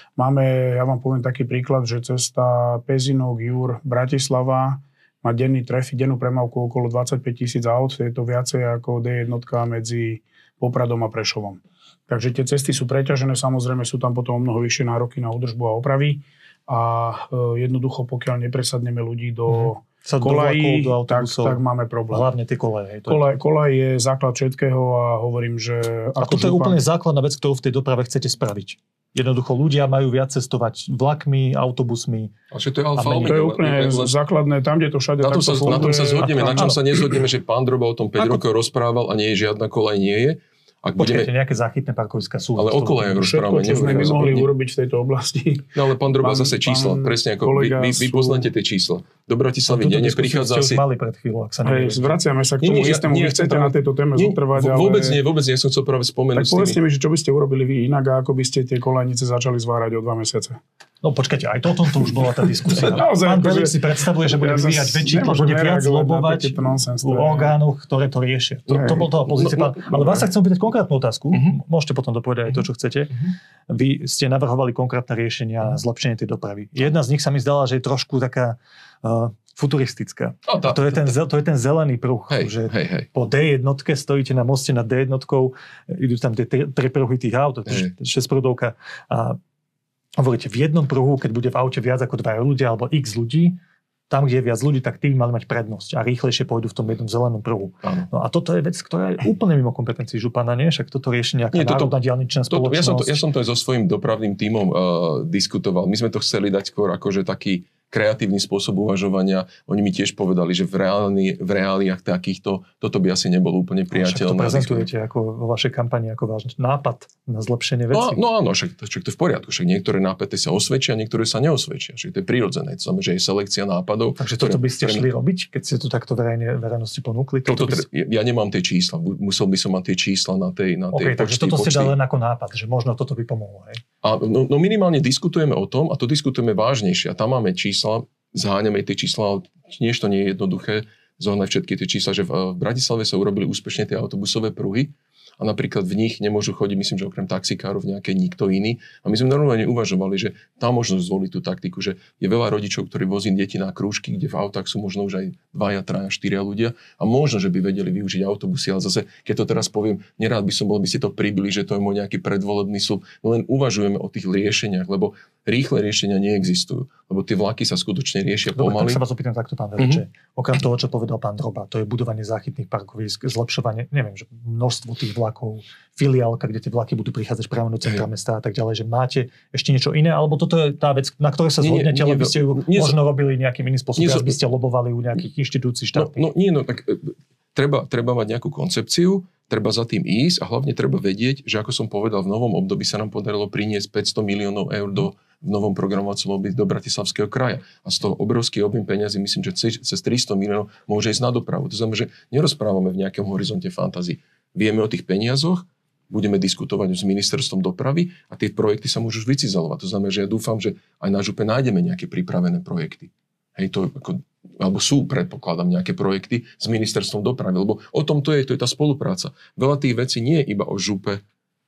Máme, ja vám poviem taký príklad, že cesta Pezinok, Jur, Bratislava má denný trafik, dennú premávku okolo dvadsaťpäť tisíc aut, je to viacej ako dé jedna medzi Popradom a Prešovom. Takže tie cesty sú preťažené, samozrejme sú tam potom mnoho vyššie nároky na údržbu a opravy a e, jednoducho pokiaľ nepresadneme ľudí do mm-hmm. kolají, do tak, tak máme problém. Hlavne tie koleje. Kolaj, kolaj je základ všetkého a hovorím, že... A toto je úplne základná vec, ktorú v tej doprave chcete spraviť. Jednoducho ľudia majú viac cestovať vlakmi, autobusmi. A to je alfa omega. To je úplne len základné, tam, kde to všade na tom takto sa, funguje. Na tom sa zhodneme, na čom sa nezhodneme, že pán Droba o tom päť Ako? rokov rozprával a nie je žiadna kolaj, nie je. Ak Počkajte, budeme... nejaké záchytné parkoviská sú. Ale o kolejach rozprávame. Všetko, čo sme my mohli urobiť v tejto oblasti. No ale pán Droba pán, zase čísla, presne ako vy, vy, vy poznáte tie čísla. Do Bratislavy denne prichádza asi... mali pred chvíľou, ak sa Hej, zvraciame sa k tomu istému, vy chcete na tejto téme zotrvať, ale... Vôbec nie, vôbec nie, ja som chcel práve spomenúť. Tak povedzte mi, že čo by ste urobili vy inak a ako by ste tie kolajnice začali zvárať o dva mesiace. No počkajte, aj to o tomto už bola tá diskusia. Naozaj, pán akože, Felix si predstavuje, že bude ja vyvíjať väčší tlak, bude viac lobovať v orgánoch, ktoré to riešia. To, to bol toho pozícia. No, no, ale vás sa chcem opýtať konkrétnu otázku. Uh-huh. Môžete potom dopovedať aj to, čo chcete. Uh-huh. Vy ste navrhovali konkrétne riešenia na zlepšenie tej dopravy. Jedna z nich sa mi zdala, že je trošku taká uh, futuristická. Oh, tá, a to je, ten, to je ten zelený pruh. Hej, že hej, hej. Po dé jedna stojíte na moste nad dé jedna, idú tam tie tri pruhy tých aut, šesťprúdovka. A hovoríte, v jednom pruhu, keď bude v aute viac ako dva ľudia alebo x ľudí, tam, kde je viac ľudí, tak tí mali mať prednosť a rýchlejšie pôjdu v tom jednom zelenom pruhu. No a toto je vec, ktorá je úplne mimo kompetencií župana, nie? Však toto rieši nejaká nie, toto, národná diaľničná spoločnosť. Ja som, to, ja som to aj so svojím dopravným tímom uh, diskutoval. My sme to chceli dať skôr akože taký kreatívny spôsob uvažovania. Oni mi tiež povedali, že v, reálni, v reáliách takýchto, toto by asi nebolo úplne priateľné. Však to prezentujete ako vo vašej kampani ako váš nápad na zlepšenie veci. No, no áno, však, však to je v poriadku. Však niektoré nápady sa osvedčia, niektoré sa neosvedčia. Však to je prirodzené. To znamená, že je selekcia nápadov. Takže toto by ste šli robiť, keď ste to takto verejne, verejnosti ponúkli? Toto, by... Ja nemám tie čísla. Musel by som mať tie čísla na tej, na tej okay, počty. Takže toto ste dali len ako nápad, že možno toto by pomohlo. Hej? A, no, no minimálne diskutujeme o tom, a to diskutujeme vážnejšie. A tam máme čísla, zháňame tie čísla, ale tiež to nie je jednoduché zohnať všetky tie čísla, že v Bratislave sa urobili úspešne tie autobusové pruhy a napríklad v nich nemôžu chodiť, myslím, že okrem taxikárov nejaké nikto iný. A my sme normálne uvažovali, že tam možno zvoliť tú taktiku, že je veľa rodičov, ktorí vozí deti na krúžky, kde v autách sú možno už aj dvaja, traja, štyria ľudia a možno, že by vedeli využiť autobusy, ale zase, keď to teraz poviem, nerád by som bol, by ste to pribili, že to je môj nejaký predvolebný slub. No len uvažujeme o tých riešeniach, lebo rýchle riešenia neexistujú, lebo tie vlaky sa skutočne riešia Dobre, pomaly. Tak sa vás opýtam takto, pán Veliče. Mm-hmm. Okrem toho, čo povedal pán Droba, to je budovanie záchytných parkovísk, zlepšovanie, neviem, že množstvo tých vlakov, filiálka, kde tie vlaky budú prichádzať priamo do centra mesta a tak ďalej, že máte ešte niečo iné, alebo toto je tá vec, na ktorej sa zhodnete, ale by ste ju nie, možno nie, robili nejakým iným spôsobom, nie, by ste lobovali u nejakých inštitúcií štátnych. No, no nie, no tak treba, treba mať nejakú koncepciu, treba za tým ísť a hlavne treba vedieť, že ako som povedal, v novom období sa nám podarilo priniesť päťsto miliónov eur do v novom programovacom období do Bratislavského kraja. A z toho obrovský objem peňazí, myslím, že cez tristo miliónov môže ísť na dopravu. To znamená, že nerozprávame v nejakom horizonte fantázii. Vieme o tých peniazoch, budeme diskutovať s ministerstvom dopravy a tie projekty sa môžu vycizelovať. To znamená, že ja dúfam, že aj na župe nájdeme nejaké pripravené projekty. Hej, to ako, alebo sú, predpokladám, nejaké projekty s ministerstvom dopravy, lebo o tom to je, to je tá spolupráca. Veľa tých vecí nie je iba o župe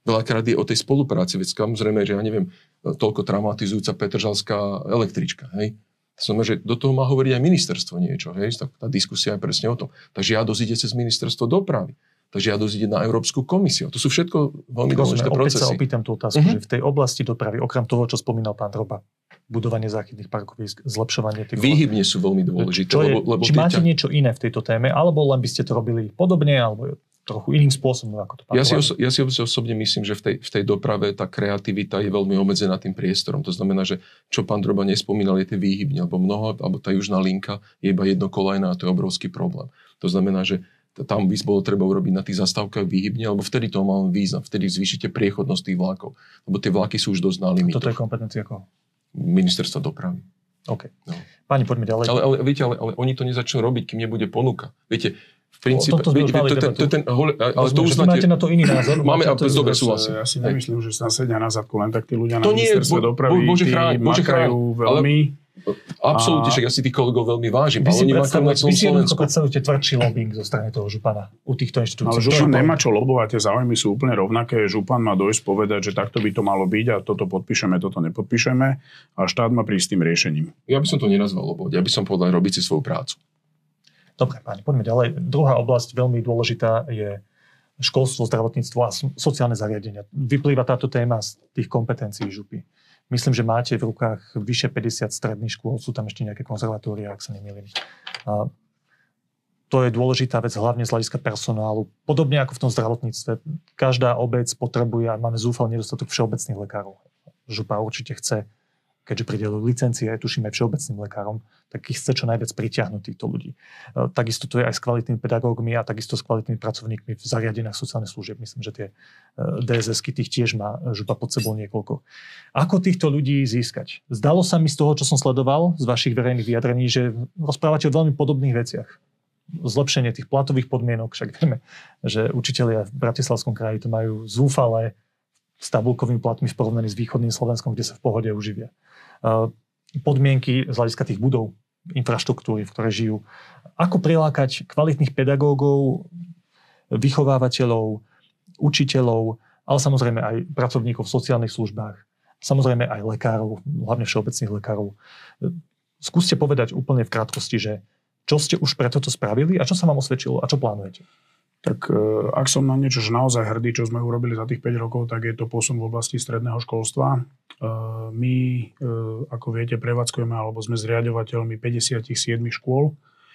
Veľakrát je o tej spolupráci, veď samozrejme, že ja neviem, toľko traumatizujúca petržalská električka, hej. To znamená, že do toho má hovoriť aj ministerstvo niečo, hej, tak tá diskusia je presne o tom. Takže žiadosť ide cez ministerstvo dopravy. Takže žiadosť ide na Európsku komisiu. To sú všetko veľmi dôležité procesy. Opäť sa opýtam tú otázku, uh-huh. že v tej oblasti dopravy, okrem toho, čo spomínal pán Droba, budovanie záchytných parkovísk, zlepšovanie tých... Výhybne sú veľmi dôležité. Je, lebo, lebo či máte ťa... niečo iné v tejto téme, alebo len by ste to robili podobne, alebo trochu iným spôsobom, ako to pán ja si, oso- ja si osobne myslím, že v tej, v tej doprave tá kreativita je veľmi obmedzená tým priestorom. To znamená, že čo pán Droba nespomínal, je tie výhybne, alebo mnoho, alebo tá južná linka je iba jednokolajná a to je obrovský problém. To znamená, že tam by bolo treba urobiť na tých zastávkach výhybne, alebo vtedy to má význam, vtedy zvýšite priechodnosť tých vlákov. Lebo tie vláky sú už dosť na limitoch. Toto je kompetencia koho? Ministerstva dopravy. OK. No. Páni, poďme ďalej. Ale, ale, viete, ale, ale oni to nezačnú robiť, kým nebude ponuka. Viete, v princípe... To, to, viete, to, to, to, ten, ale to uznáte... Máte na to iný názor? Máme, a dobre súhlasím. Ja si nemyslím, že sa sedia na zadku len tak tí ľudia to na ministerstve bo, dopravy. Bo, bože chráň, bože chráň. Veľmi... Absolútne, však ja si tých kolegov veľmi vážim. Vy si, predstavujete, vy si jednoducho predstavujete tvrdší lobbying zo strany toho župana u týchto inštitúcií. Ale župan nemá čo lobovať, tie záujmy sú úplne rovnaké. Župan má dojsť povedať, že takto by to malo byť a toto podpíšeme, toto nepodpíšeme a štát má prísť s tým riešením. Ja by som to nenazval lobovať, ja by som povedal robiť si svoju prácu. Dobre, páni, poďme ďalej. Druhá oblasť veľmi dôležitá je školstvo, zdravotníctvo a sociálne zariadenia. Vyplýva táto téma z tých kompetencií župy. Myslím, že máte v rukách vyše päťdesiat stredných škôl, sú tam ešte nejaké konzervatória, ak sa nemýlim. A to je dôležitá vec, hlavne z hľadiska personálu. Podobne ako v tom zdravotníctve. Každá obec potrebuje, a máme zúfalý nedostatok všeobecných lekárov. Župa určite chce, keďže pridelujú licencie, tuším aj všeobecným lekárom, tak ich chce čo najviac pritiahnuť týchto ľudí. Takisto to je aj s kvalitnými pedagógmi a takisto s kvalitnými pracovníkmi v zariadeniach sociálnych služieb. Myslím, že tie dé es esky tých tiež má župa pod sebou niekoľko. Ako týchto ľudí získať? Zdalo sa mi z toho, čo som sledoval, z vašich verejných vyjadrení, že rozprávate o veľmi podobných veciach. Zlepšenie tých platových podmienok, však vieme, že učitelia v Bratislavskom kraji to majú zúfalé s tabulkovými platmi v porovnaní s východným Slovenskom, kde sa v pohode uživia. Podmienky z hľadiska tých budov, infraštruktúry, v ktorej žijú. Ako prilákať kvalitných pedagógov, vychovávateľov, učiteľov, ale samozrejme aj pracovníkov v sociálnych službách, samozrejme aj lekárov, hlavne všeobecných lekárov. Skúste povedať úplne v krátkosti, že čo ste už pre toto spravili a čo sa vám osvedčilo a čo plánujete? Tak ak som na niečo naozaj hrdý, čo sme urobili za tých päť rokov, tak je to posun v oblasti stredného školstva. My, ako viete, prevádzkujeme alebo sme zriaďovateľmi päťdesiatsedem škôl.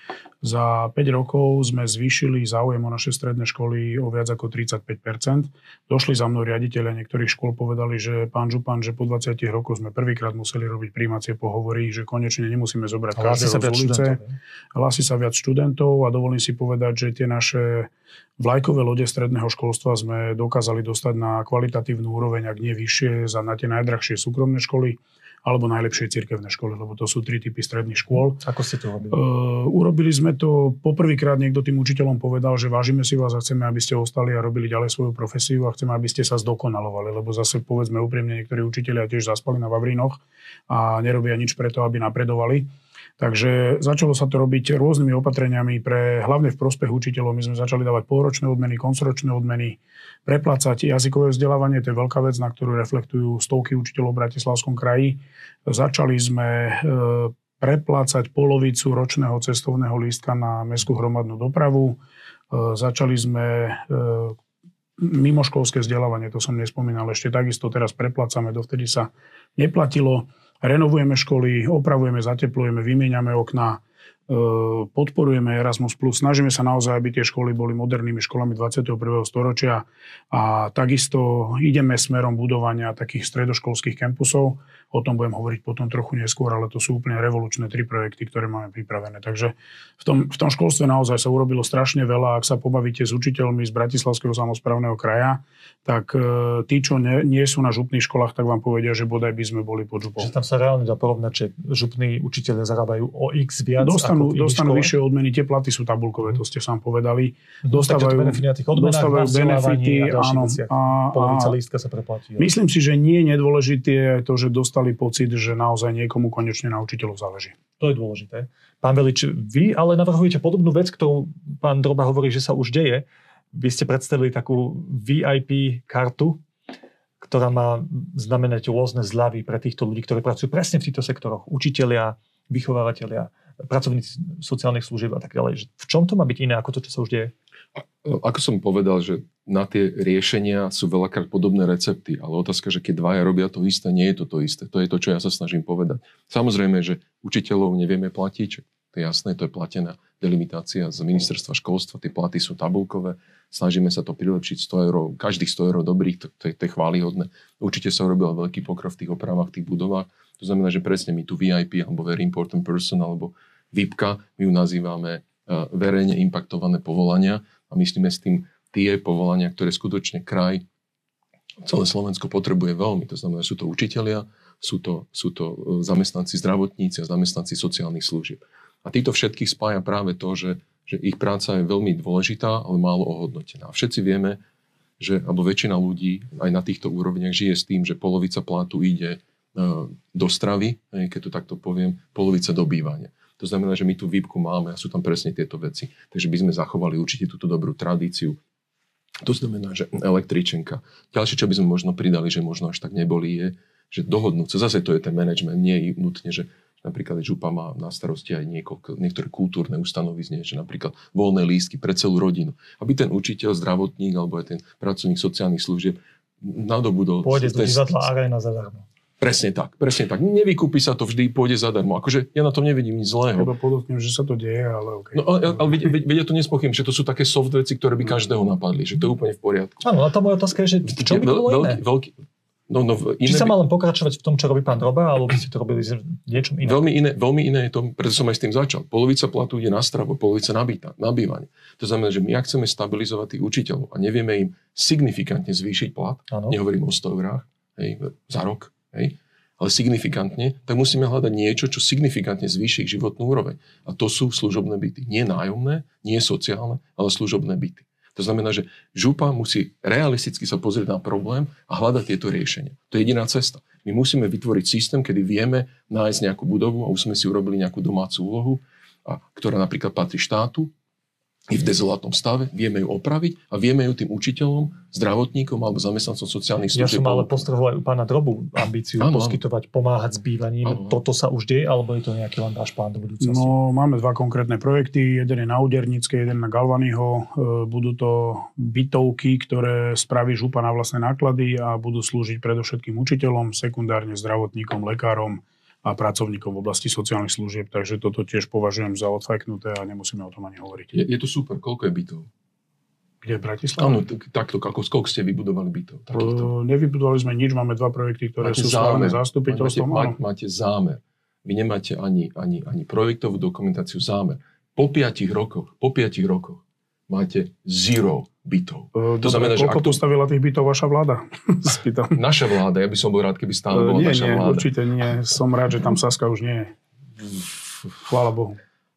Za päť rokov sme zvýšili záujem o naše stredné školy o viac ako tridsaťpäť percent. Došli za mnou riaditeľia niektorých škôl, povedali, že pán župan, že po dvadsiatich rokoch sme prvýkrát museli robiť prijímacie pohovory, že konečne nemusíme zobrať každého z ulice. Hlási sa viac študentov a dovolím si povedať, že tie naše vlajkové lode stredného školstva sme dokázali dostať na kvalitatívnu úroveň, ak nie vyššie, za na tie najdrahšie súkromné školy alebo najlepšie cirkevné školy, lebo to sú tri typy stredných škôl. Ako ste to robili? Uh, urobili sme to, poprvýkrát niekto tým učiteľom povedal, že vážime si vás a chceme, aby ste ostali a robili ďalej svoju profesiu a chceme, aby ste sa zdokonalovali, lebo zase povedzme úprimne, niektorí učitelia tiež zaspali na vavrínoch a nerobia nič preto, aby napredovali. Takže začalo sa to robiť rôznymi opatreniami pre, hlavne v prospech učiteľov. My sme začali dávať pôročné odmeny, koncoročné odmeny, preplácať jazykové vzdelávanie, to je veľká vec, na ktorú reflektujú stovky učiteľov v Bratislavskom kraji. Začali sme e, preplácať polovicu ročného cestovného lístka na mestskú hromadnú dopravu. E, začali sme e, mimoškolské vzdelávanie, to som nespomínal, ešte takisto teraz preplácame, dovtedy sa neplatilo. Renovujeme školy, opravujeme, zateplujeme, vymieňame okná, podporujeme Erasmus plus. Snažíme sa naozaj, aby tie školy boli modernými školami dvadsiateho prvého storočia a takisto ideme smerom budovania takých stredoškolských kampusov. O tom budem hovoriť potom trochu neskôr, ale to sú úplne revolučné tri projekty, ktoré máme pripravené. Takže v tom, v tom školstve naozaj sa urobilo strašne veľa. Ak sa pobavíte s učiteľmi z Bratislavského samosprávneho kraja, tak e, tí, čo ne, nie sú na župných školách, tak vám povedia, že bodaj by sme boli pod župou. Že tam sa reálne dá porovnať, že župní učiteľe zarábajú o x viac dostanú, ako v dostanú škole? vyššie odmeny, tie platy sú tabulkové, to ste sám povedali. Mm, dostávajú dostávajú benefity a áno. A, polovica lístka sa preplatí. Myslím si, že nie je nedôležité to, že dostali pocit, že naozaj niekomu konečne na učiteľov záleží. To je dôležité. Pán Velič, vy ale navrhujete podobnú vec, ktorú pán Droba hovorí, že sa už deje. Vy ste predstavili takú vé í pé kartu ktorá má znamenať rôzne zľavy pre týchto ľudí, ktorí pracujú presne v týchto sektoroch. Učitelia, vychovávateľia, pracovníci sociálnych služieb a tak ďalej. V čom to má byť iné ako to, čo sa už deje? Ako som povedal, že na tie riešenia sú veľakrát podobné recepty, ale otázka, že keď dvaja robia to isté, nie je to to isté. To je to, čo ja sa snažím povedať. Samozrejme, že učiteľov nevieme platiť, to je jasné, to je platená delimitácia z ministerstva školstva, tie platy sú tabulkové, snažíme sa to prilepšiť sto eur, každých sto eur dobrých, to, to, je, to je chválihodné. Určite sa urobil veľký pokrok v tých opravách, v tých budovách. To znamená, že presne my tu V I P alebo Very Important Person alebo V I P ka, my ju nazývame uh, verejne impaktované povolania a myslíme s tým tie povolania, ktoré skutočne kraj, celé Slovensko potrebuje veľmi. To znamená, sú to učitelia, sú to, sú to zamestnanci zdravotníci a zamestnanci sociálnych služieb. A týchto všetkých spája práve to, že, že ich práca je veľmi dôležitá, ale málo ohodnotená. A všetci vieme, že, alebo väčšina ľudí aj na týchto úrovniach žije s tým, že polovica plátu ide do stravy, keď to takto poviem, polovica do bývania. To znamená, že my tú výpku máme a sú tam presne tieto veci. Takže by sme zachovali určite túto dobrú tradíciu. To znamená, že električenka. Ďalšie, čo by sme možno pridali, že možno až tak neboli, je, že dohodnúť sa. Zase to je ten management, nie je nutne, že napríklad župa má na starosti aj niekoľko, niektoré kultúrne ustanovizne, že napríklad voľné lístky pre celú rodinu. Aby ten učiteľ, zdravotník alebo aj ten pracovník sociálnych služieb nadobudol... Pôjde do divadla Arena zadarmo. Presne tak, presne tak. Nevykúpi sa to vždy, pôjde zadarmo. Akože ja na tom nevidím nič zlého. Iba podotknem, že sa to deje, ale okej. Okay. No ale, ale vedia to nespochybne, že to sú také soft veci, ktoré by každého napadli, že to je úplne v poriadku. Áno, a tá moja otázka je, že čo by to bolo iné? Veľký, veľký, no, no, iné Či sa by... má len pokračovať v tom, čo robí pán Droba, alebo by ste to robili z niečom iné? Veľmi iné, veľmi iné je to, preto som aj s tým začal. Polovica platu ide na stravu, polovica na, býta, na bývanie. To znamená, že my ak chceme stabilizovať tých učiteľov a nevieme im signifikantne zvýšiť plat, ano. Nehovorím o sto eurách, hej, za rok, hej, ale signifikantne, tak musíme hľadať niečo, čo signifikantne zvýši ich životnú úroveň. A to sú služobné byty. Nie nájomné, nie sociálne, ale služobné byty. To znamená, že župa musí realisticky sa pozrieť na problém a hľadať tieto riešenia. To je jediná cesta. My musíme vytvoriť systém, kedy vieme nájsť nejakú budovu a už sme si urobili nejakú domácu úlohu, a, ktorá napríklad patrí štátu, je v dezolátnom stave, vieme ju opraviť a vieme ju tým učiteľom, zdravotníkom alebo zamestnancom sociálnych služieb. Ja som ale postrehol aj u pána Drobu ambíciu ano, poskytovať, pomáhať s bývaním. Ano. Toto sa už deje, alebo je to nejaký len váš plán do budúcnosti? No, máme dva konkrétne projekty. Jeden je na Údernickej, jeden na Galvanyho. Budú to bytovky, ktoré spraví župa na vlastné náklady a budú slúžiť predovšetkým učiteľom, sekundárne zdravotníkom, lekárom a pracovníkov v oblasti sociálnych služieb, takže toto tiež považujem za odfajknuté a nemusíme o tom ani hovoriť. Je, je to super. Koľko je bytov? Kde v Bratislave? Áno, takto, koľko, koľko ste vybudovali bytov? Uh, nevybudovali sme nič, máme dva projekty, ktoré máte sú schválené zástupiteľstvom. Máte, máte zámer. Vy nemáte ani, ani, ani projektovú dokumentáciu, zámer. Po piatich rokoch, po piatich rokoch máte zero bytov. Uh, to dobre, znamená, že koľko to... postavila tých bytov vaša vláda? Naša vláda, ja by som bol rád, keby stále bola uh, nie, naša nie, vláda. Určite nie, som rád, že tam Saska už nie je. Chvála Bohu.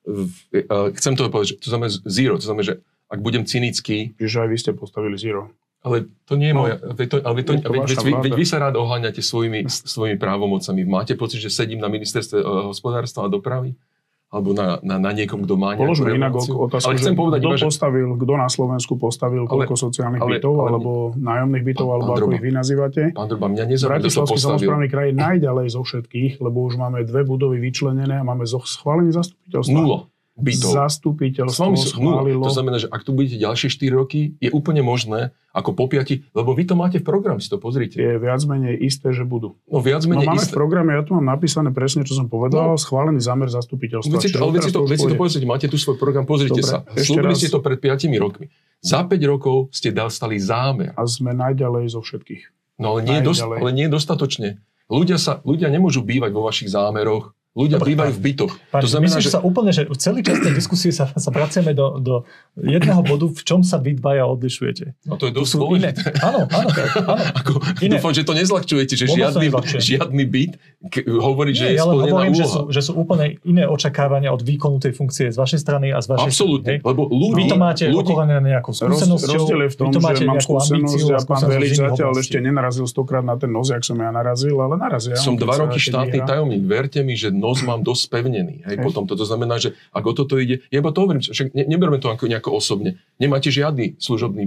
Chcem to povedať, že to znamená zero, to znamená, že ak budem cynický... Čiže aj vy ste postavili zero. Ale to nie je no, moja... Ale to, ale to, to veď, veď, vy, veď vy sa rád oháňate svojimi, svojimi právomocami. Máte pocit, že sedím na ministerstve hospodárstva a dopravy? Alebo na, na, na niekom, kto má nejakú Položme inak otázku, ale chcem povedať, kto iba, že... postavil, kto na Slovensku postavil ale, koľko sociálnych ale, bytov, ale, alebo nájomných bytov, pán, alebo pán ako Droba, ich vy nazývate. Pán Droba, mňa nezaujíma, kto to postavil. Samozprávny kraj najďalej zo všetkých, lebo už máme dve budovy vyčlenené a máme schválenie zastupiteľstva. Nulo bytov. Zastupiteľstvo schválilo. To znamená, že ak tu budete ďalšie štyri roky, je úplne možné, ako po piati, lebo vy to máte v programe, si to pozrite. Je viac menej isté, že budú. No viac menej no, máme isté. v programe, ja tu mám napísané presne, čo som povedal, no. Schválený zámer zastupiteľstva. Veci, ale veci to, veci to pozrite, máte tu svoj program, pozrite Dobre, sa. Slúbili ste to pred piatimi rokmi. Za päť rokov ste dostali zámer. A sme najďalej zo všetkých. No ale nie, dost, ale nie dostatočne. Ľudia, sa, ľudia nemôžu bývať vo vašich zámeroch. Ľudia Dobre, bývajú v bytoch. Pán, to znamená, že... sa úplne, že v celý čas tej diskusie sa, sa vraciame do, do jedného bodu, v čom sa vy dvaja odlišujete. No to je dosť dôležité. Áno, áno. áno. Ako, dúfam, že to nezľahčujete, že žiadny, žiadny byt k- hovorí, že Nie, je splnená hovorím, úloha. Že sú, že sú úplne iné očakávania od výkonu tej funkcie z vašej strany a z vašej Absolutne, strany. lebo ľudí... Vy to máte ľudí, okolené nejakou skúsenosťou, rozdiel je v tom, vy to máte že mám nejakú ambíciu a pán Velič zatiaľ oblasti. ešte nenarazil stokrát na ten nos, jak som ja narazil, ale narazil. Som dva roky štátny tajomník, verte mi, že nos mám dosť pevnený. Hej, potom to, to znamená, že ak o toto ide, ja iba to hovorím, však ne, neberme to ako nejako osobne. Nemáte žiadny služobný byt.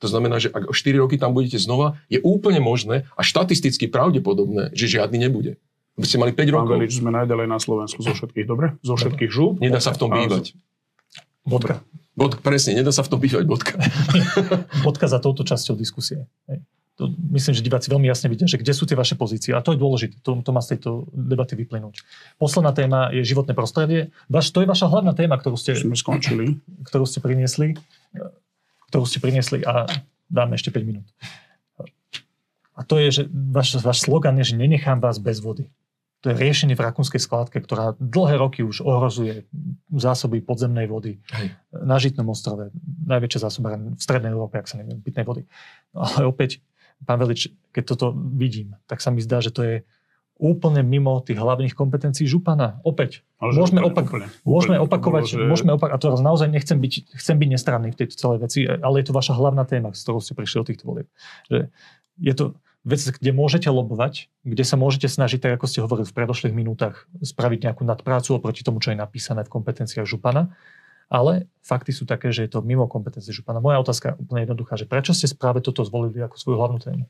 To znamená, že ak o štyri roky tam budete znova, je úplne možné a štatisticky pravdepodobné, že žiadny nebude. By ste mali päť rokov. Pán Velič, sme najďalej na Slovensku zo všetkých, dobre? Zo všetkých žúb. Nedá sa v tom bývať. Bodka. Bodka, presne, nedá sa v tom bývať, bodka. Bodka za touto časťou diskusie. Hej. To, myslím, že diváci veľmi jasne vidia, že kde sú tie vaše pozície. A to je dôležité. To, to má z tejto debaty vyplynúť. Posledná téma je životné prostredie. Vaš, to je vaša hlavná téma, ktorú ste, sme skončili. Ktorú ste priniesli. Ktorú ste priniesli a dáme ešte päť minút. A to je, že váš, váš slogan je, že nenechám vás bez vody. To je riešenie v rakúskej skládke, ktorá dlhé roky už ohrozuje zásoby podzemnej vody. Hej. Na Žitnom ostrove. Najväčšia zásoba v strednej Európe, ak sa neviem, pitnej vody. Ale opäť, pán Velič, keď toto vidím, tak sa mi zdá, že to je úplne mimo tých hlavných kompetencií župana. Opäť. Ale môžeme, úplne, opak- úplne, môžeme úplne, opakovať, bolo, že... môžeme opakovať, a to naozaj nechcem byť, chcem byť nestranný v tejto celej veci, ale je to vaša hlavná téma, s ktorou ste prišli do týchto volieb. Že je to vec, kde môžete lobovať, kde sa môžete snažiť, tak ako ste hovorili v predošlých minútach, spraviť nejakú nadprácu oproti tomu, čo je napísané v kompetenciách župana. Ale fakty sú také, že je to mimo kompetencie župana. Moja otázka je úplne jednoduchá, že prečo ste práve toto zvolili ako svoju hlavnú tému?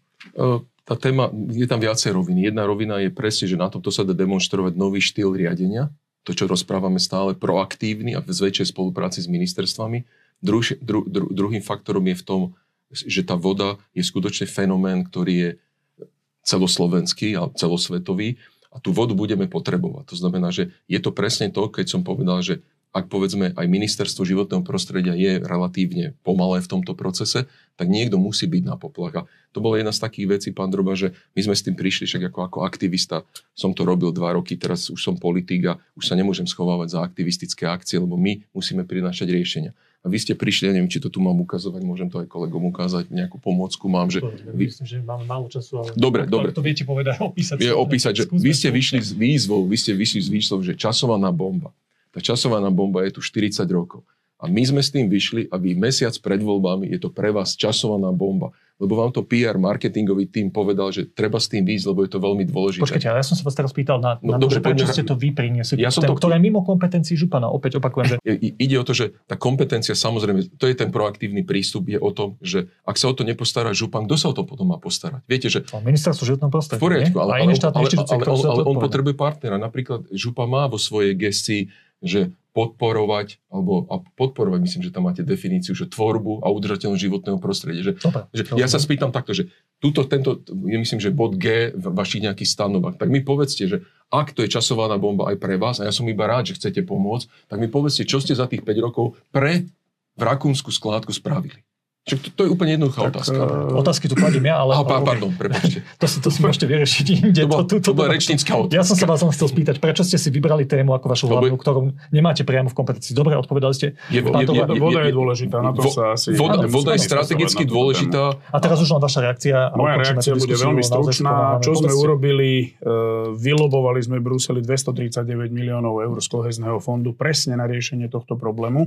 Tá téma, je tam viacej roviny. Jedna rovina je presne, že na tomto sa dá demonštrovať nový štýl riadenia. To, čo rozprávame stále, proaktívny a v väčšej spolupráci s ministerstvami. Druž, dru, dru, druhým faktorom je v tom, že tá voda je skutočne fenomén, ktorý je celoslovenský a celosvetový a tú vodu budeme potrebovať. To znamená, že je to presne to, keď som povedal, že ak povedzme aj ministerstvo životného prostredia je relatívne pomalé v tomto procese, tak niekto musí byť na poplach. A to bola jedna z takých vecí, pán Droba, že my sme s tým prišli, však ako, ako aktivista som to robil dva roky, teraz už som politik a už sa nemôžem schovávať za aktivistické akcie, lebo my musíme prinášať riešenia. A vy ste prišli, ja neviem, či to tu mám ukazovať, môžem to aj kolegom ukázať, nejakú pomôcku mám, že... Vy... Myslím, že máme málo času, ale... Dobre, dobre. To viete povedať, opísať. Je opísať, že vy ste vyšli s výzvou, vy ste vyšli s výzvou, že časovaná bomba. Tá časovaná bomba je tu štyridsať rokov. A my sme s tým vyšli, aby mesiac pred voľbami je to pre vás časovaná bomba. Lebo vám to pé er marketingový tím povedal, že treba s tým výjsť, lebo je to veľmi dôležité. Počkajte, ale ja som sa vás teraz pýtal na, no, na dobre, to, že prečo poďme, ste to vy priniesli, ja ten, to, ktoré je mimo kompetencií župana. Opäť opakujem, že... Ide o to, že tá kompetencia, samozrejme, to je ten proaktívny prístup, je o tom, že ak sa o to nepostará župan, kto sa o to potom má postarať? Viete, že... Ministerstvo životného prostredia. V poriadku, ale, ale, ale, ale, ale, ale on odpovedať. potrebuje partnera. Napríklad župa má vo svojej gestii, že podporovať, alebo a podporovať, myslím, že tam máte definíciu, že tvorbu a udržateľnosť životného prostredia. Že, Dobre, že ja sa spýtam takto, že tuto, tento, ja myslím, že bod G v vašich nejakých stanovách, tak mi povedzte, že ak to je časovaná bomba aj pre vás, a ja som iba rád, že chcete pomôcť, tak mi povedzte, čo ste za tých päť rokov pre v rakúnsku skládku spravili. Čiže to, to je úplne jednoduchá tak, otázka. Uh, otázky tu kladím ja, ale... Aha, pár, pardon, prepáčte. to, si, to si môžete vyriešiť inde. To, bol, to, to, to bola rečnícka otázka. Ja som sa vás len chcel spýtať, prečo ste si vybrali tému ako vašu hlavnú, ktorú nemáte priamo v kompetencii. Dobre, odpovedali ste. Je, je, je, je, voda je dôležitá, na to vo, sa asi... Voda, voda je strategicky dôležitá. A teraz už len vaša reakcia. Moja reakcia bude veľmi stručná. Čo sme urobili? Vylobovali sme v Bruseli dvestotridsaťdeväť miliónov eur z kohezného fondu presne na riešenie tohto problému.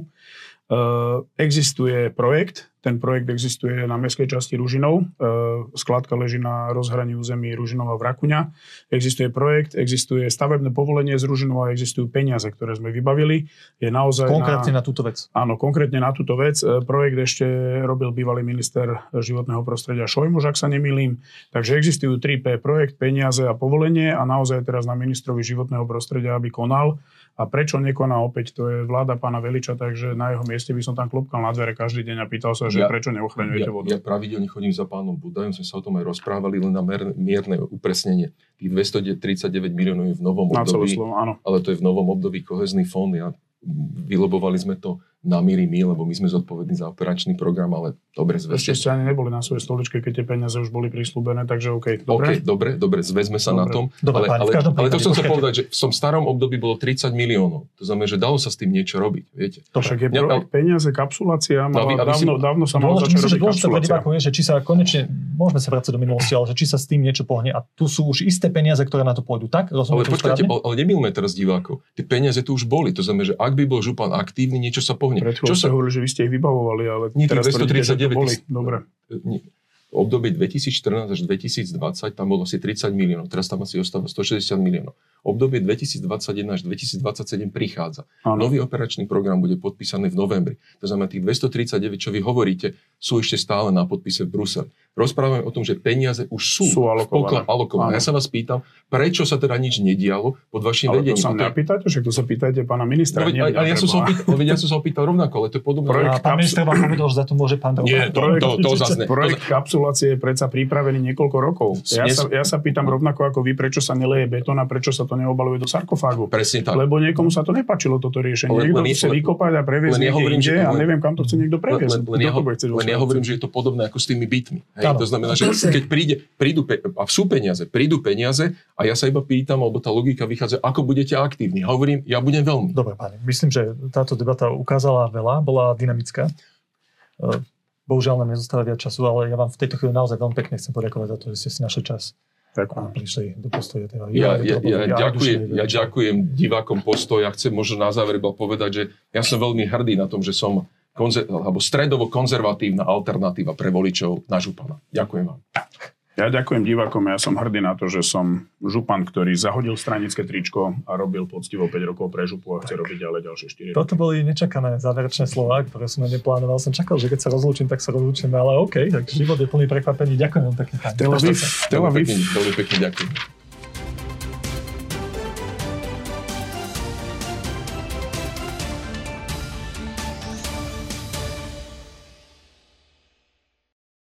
Uh, existuje projekt, ten projekt existuje na mestskej časti Ružinov, uh, skladka leží na rozhraní území Ružinova v Rakuňa. Existuje projekt, existuje stavebné povolenie z Ružinova, existujú peniaze, ktoré sme vybavili. Je naozaj konkrétne na, na túto vec. Áno, konkrétne na túto vec. Uh, projekt ešte robil bývalý minister životného prostredia Šojmuž, ak sa nemýlim. Takže existujú tri pé, projekt, peniaze a povolenie a naozaj teraz na ministrovi životného prostredia, aby konal. A prečo nekoná opäť? To je vláda pána Veliča, takže na jeho mieste by som tam klopkal na dvere každý deň a pýtal sa, že ja, prečo neochraňujete ja, vodu. Ja pravidelne chodím za pánom Budajom, sme sa o tom aj rozprávali, len na mierne, mierne upresnenie. Tých dvestotridsaťdeväť miliónov je v novom na období, slovo, áno. Ale to je v novom období kohezný fond. Ja, vylobovali sme to na míri my, lebo my sme zodpovední za operačný program, ale dobre zväzte. Ešte ste ani neboli na svojej stoličke, keď tie peniaze už boli prislúbené, takže OK. Dobre, okay, dobre, dobre, zväzme sa dobre. Na tom. Dobre, ale, páni, ale, ale to som sa povedať, že v tom starom období bolo tridsať miliónov. To znamená, že dalo sa s tým niečo robiť, viete. To však je pro, peniaze, kapsulácia, no, aby, aby dávno, si, dávno sa malo začať robiť kapsulácia. Je, že či sa konečne, môžeme sa vrátiť do minulosti, ale že či sa s tým niečo pohne a tu sú už isté peniaze, ktoré na to pôjdu. Tak? Ale počkajte, ale nemýlme teraz divákov. Tie peniaze tu už boli. To znamená, že ak by bol župan aktívny, niečo sa pohne. Čo sa hovorí, že vy ste ich vybavovali, ale nie, teraz dvestotridsaťdeväť boli. Dobre. V období dvetisícštrnásť až dvetisícdvadsať tam bolo asi tridsať miliónov, teraz tam asi ostáva stošesťdesiat miliónov. Obdobie dvetisícdvadsaťjeden až dvetisícdvadsaťsedem prichádza. Ano. Nový operačný program bude podpísaný v novembri. To znamená, tých dvestotridsaťdeväť, čo vy hovoríte, sú ešte stále na podpise v Bruseli. Rozprávame o tom, že peniaze už sú, sú alokované. alokované. Ja sa vás pýtam, prečo sa teda nič nedialo pod vašim ale vedením? Ale to sa mňa pýtate, však to sa pýtajte pána ministra. No, ale, ale ja, som sa opýtal, ja som sa opýtal rovnako, ale to je podobné. Projekt pán minister vám povedal, že za to môže pán Droba. Nie, to, projekt, to, to, to zase ne. Projekt to, kapsulácie je predsa pripravený niekoľko rokov. Ja sa, ja sa pýtam rovnako ako vy, prečo sa neleje betón a prečo sa to neobaluje do sarkofágu. Presne tak. Lebo niekomu sa to nepáčilo, toto riešenie. Len, niekto len, chce vykopať a previesť niekde hovorím, inde len, a neviem, kam to chce niekto previesť. Len, len, ja, len ja hovorím, že je to podobné ako s tými bytmi. Hej, to znamená, že keď príde, prídu pe- a sú peniaze, prídu peniaze a ja sa iba pýtam, alebo tá logika vychádza, ako budete aktívni. Hovorím, ja budem veľmi. Dobre, páni, myslím, že táto debata ukázala veľa, bola dynamická. Bohužiaľ nám nezostáva viac času, ale ja vám v tejto chvíli naozaj veľmi pekne chcem poďakovať za to, že ste si našli čas. A prišli do Postoje. Teda. Ja, ja, ja, ja, ďakujem, ja ďakujem divákom Postoja. Chcem možno na záver iba povedať, že ja som veľmi hrdý na tom, že som konzer- alebo stredovo konzervatívna alternatíva pre voličov na župana. Ďakujem vám. Ja ďakujem divákom, ja som hrdý na to, že som župan, ktorý zahodil stranické tričko a robil poctivo päť rokov pre župu a chce robiť ďalej ďalšie štyri roky. Toto boli nečakané záverečné slová, ktoré som neplánoval. Som čakal, že keď sa rozlúčim, tak sa rozlúčime, ale OK, tak život je plný prekvapení. Ďakujem vám pekne. Tel Aviv, Tel Aviv. Veľmi pekne ďakujem.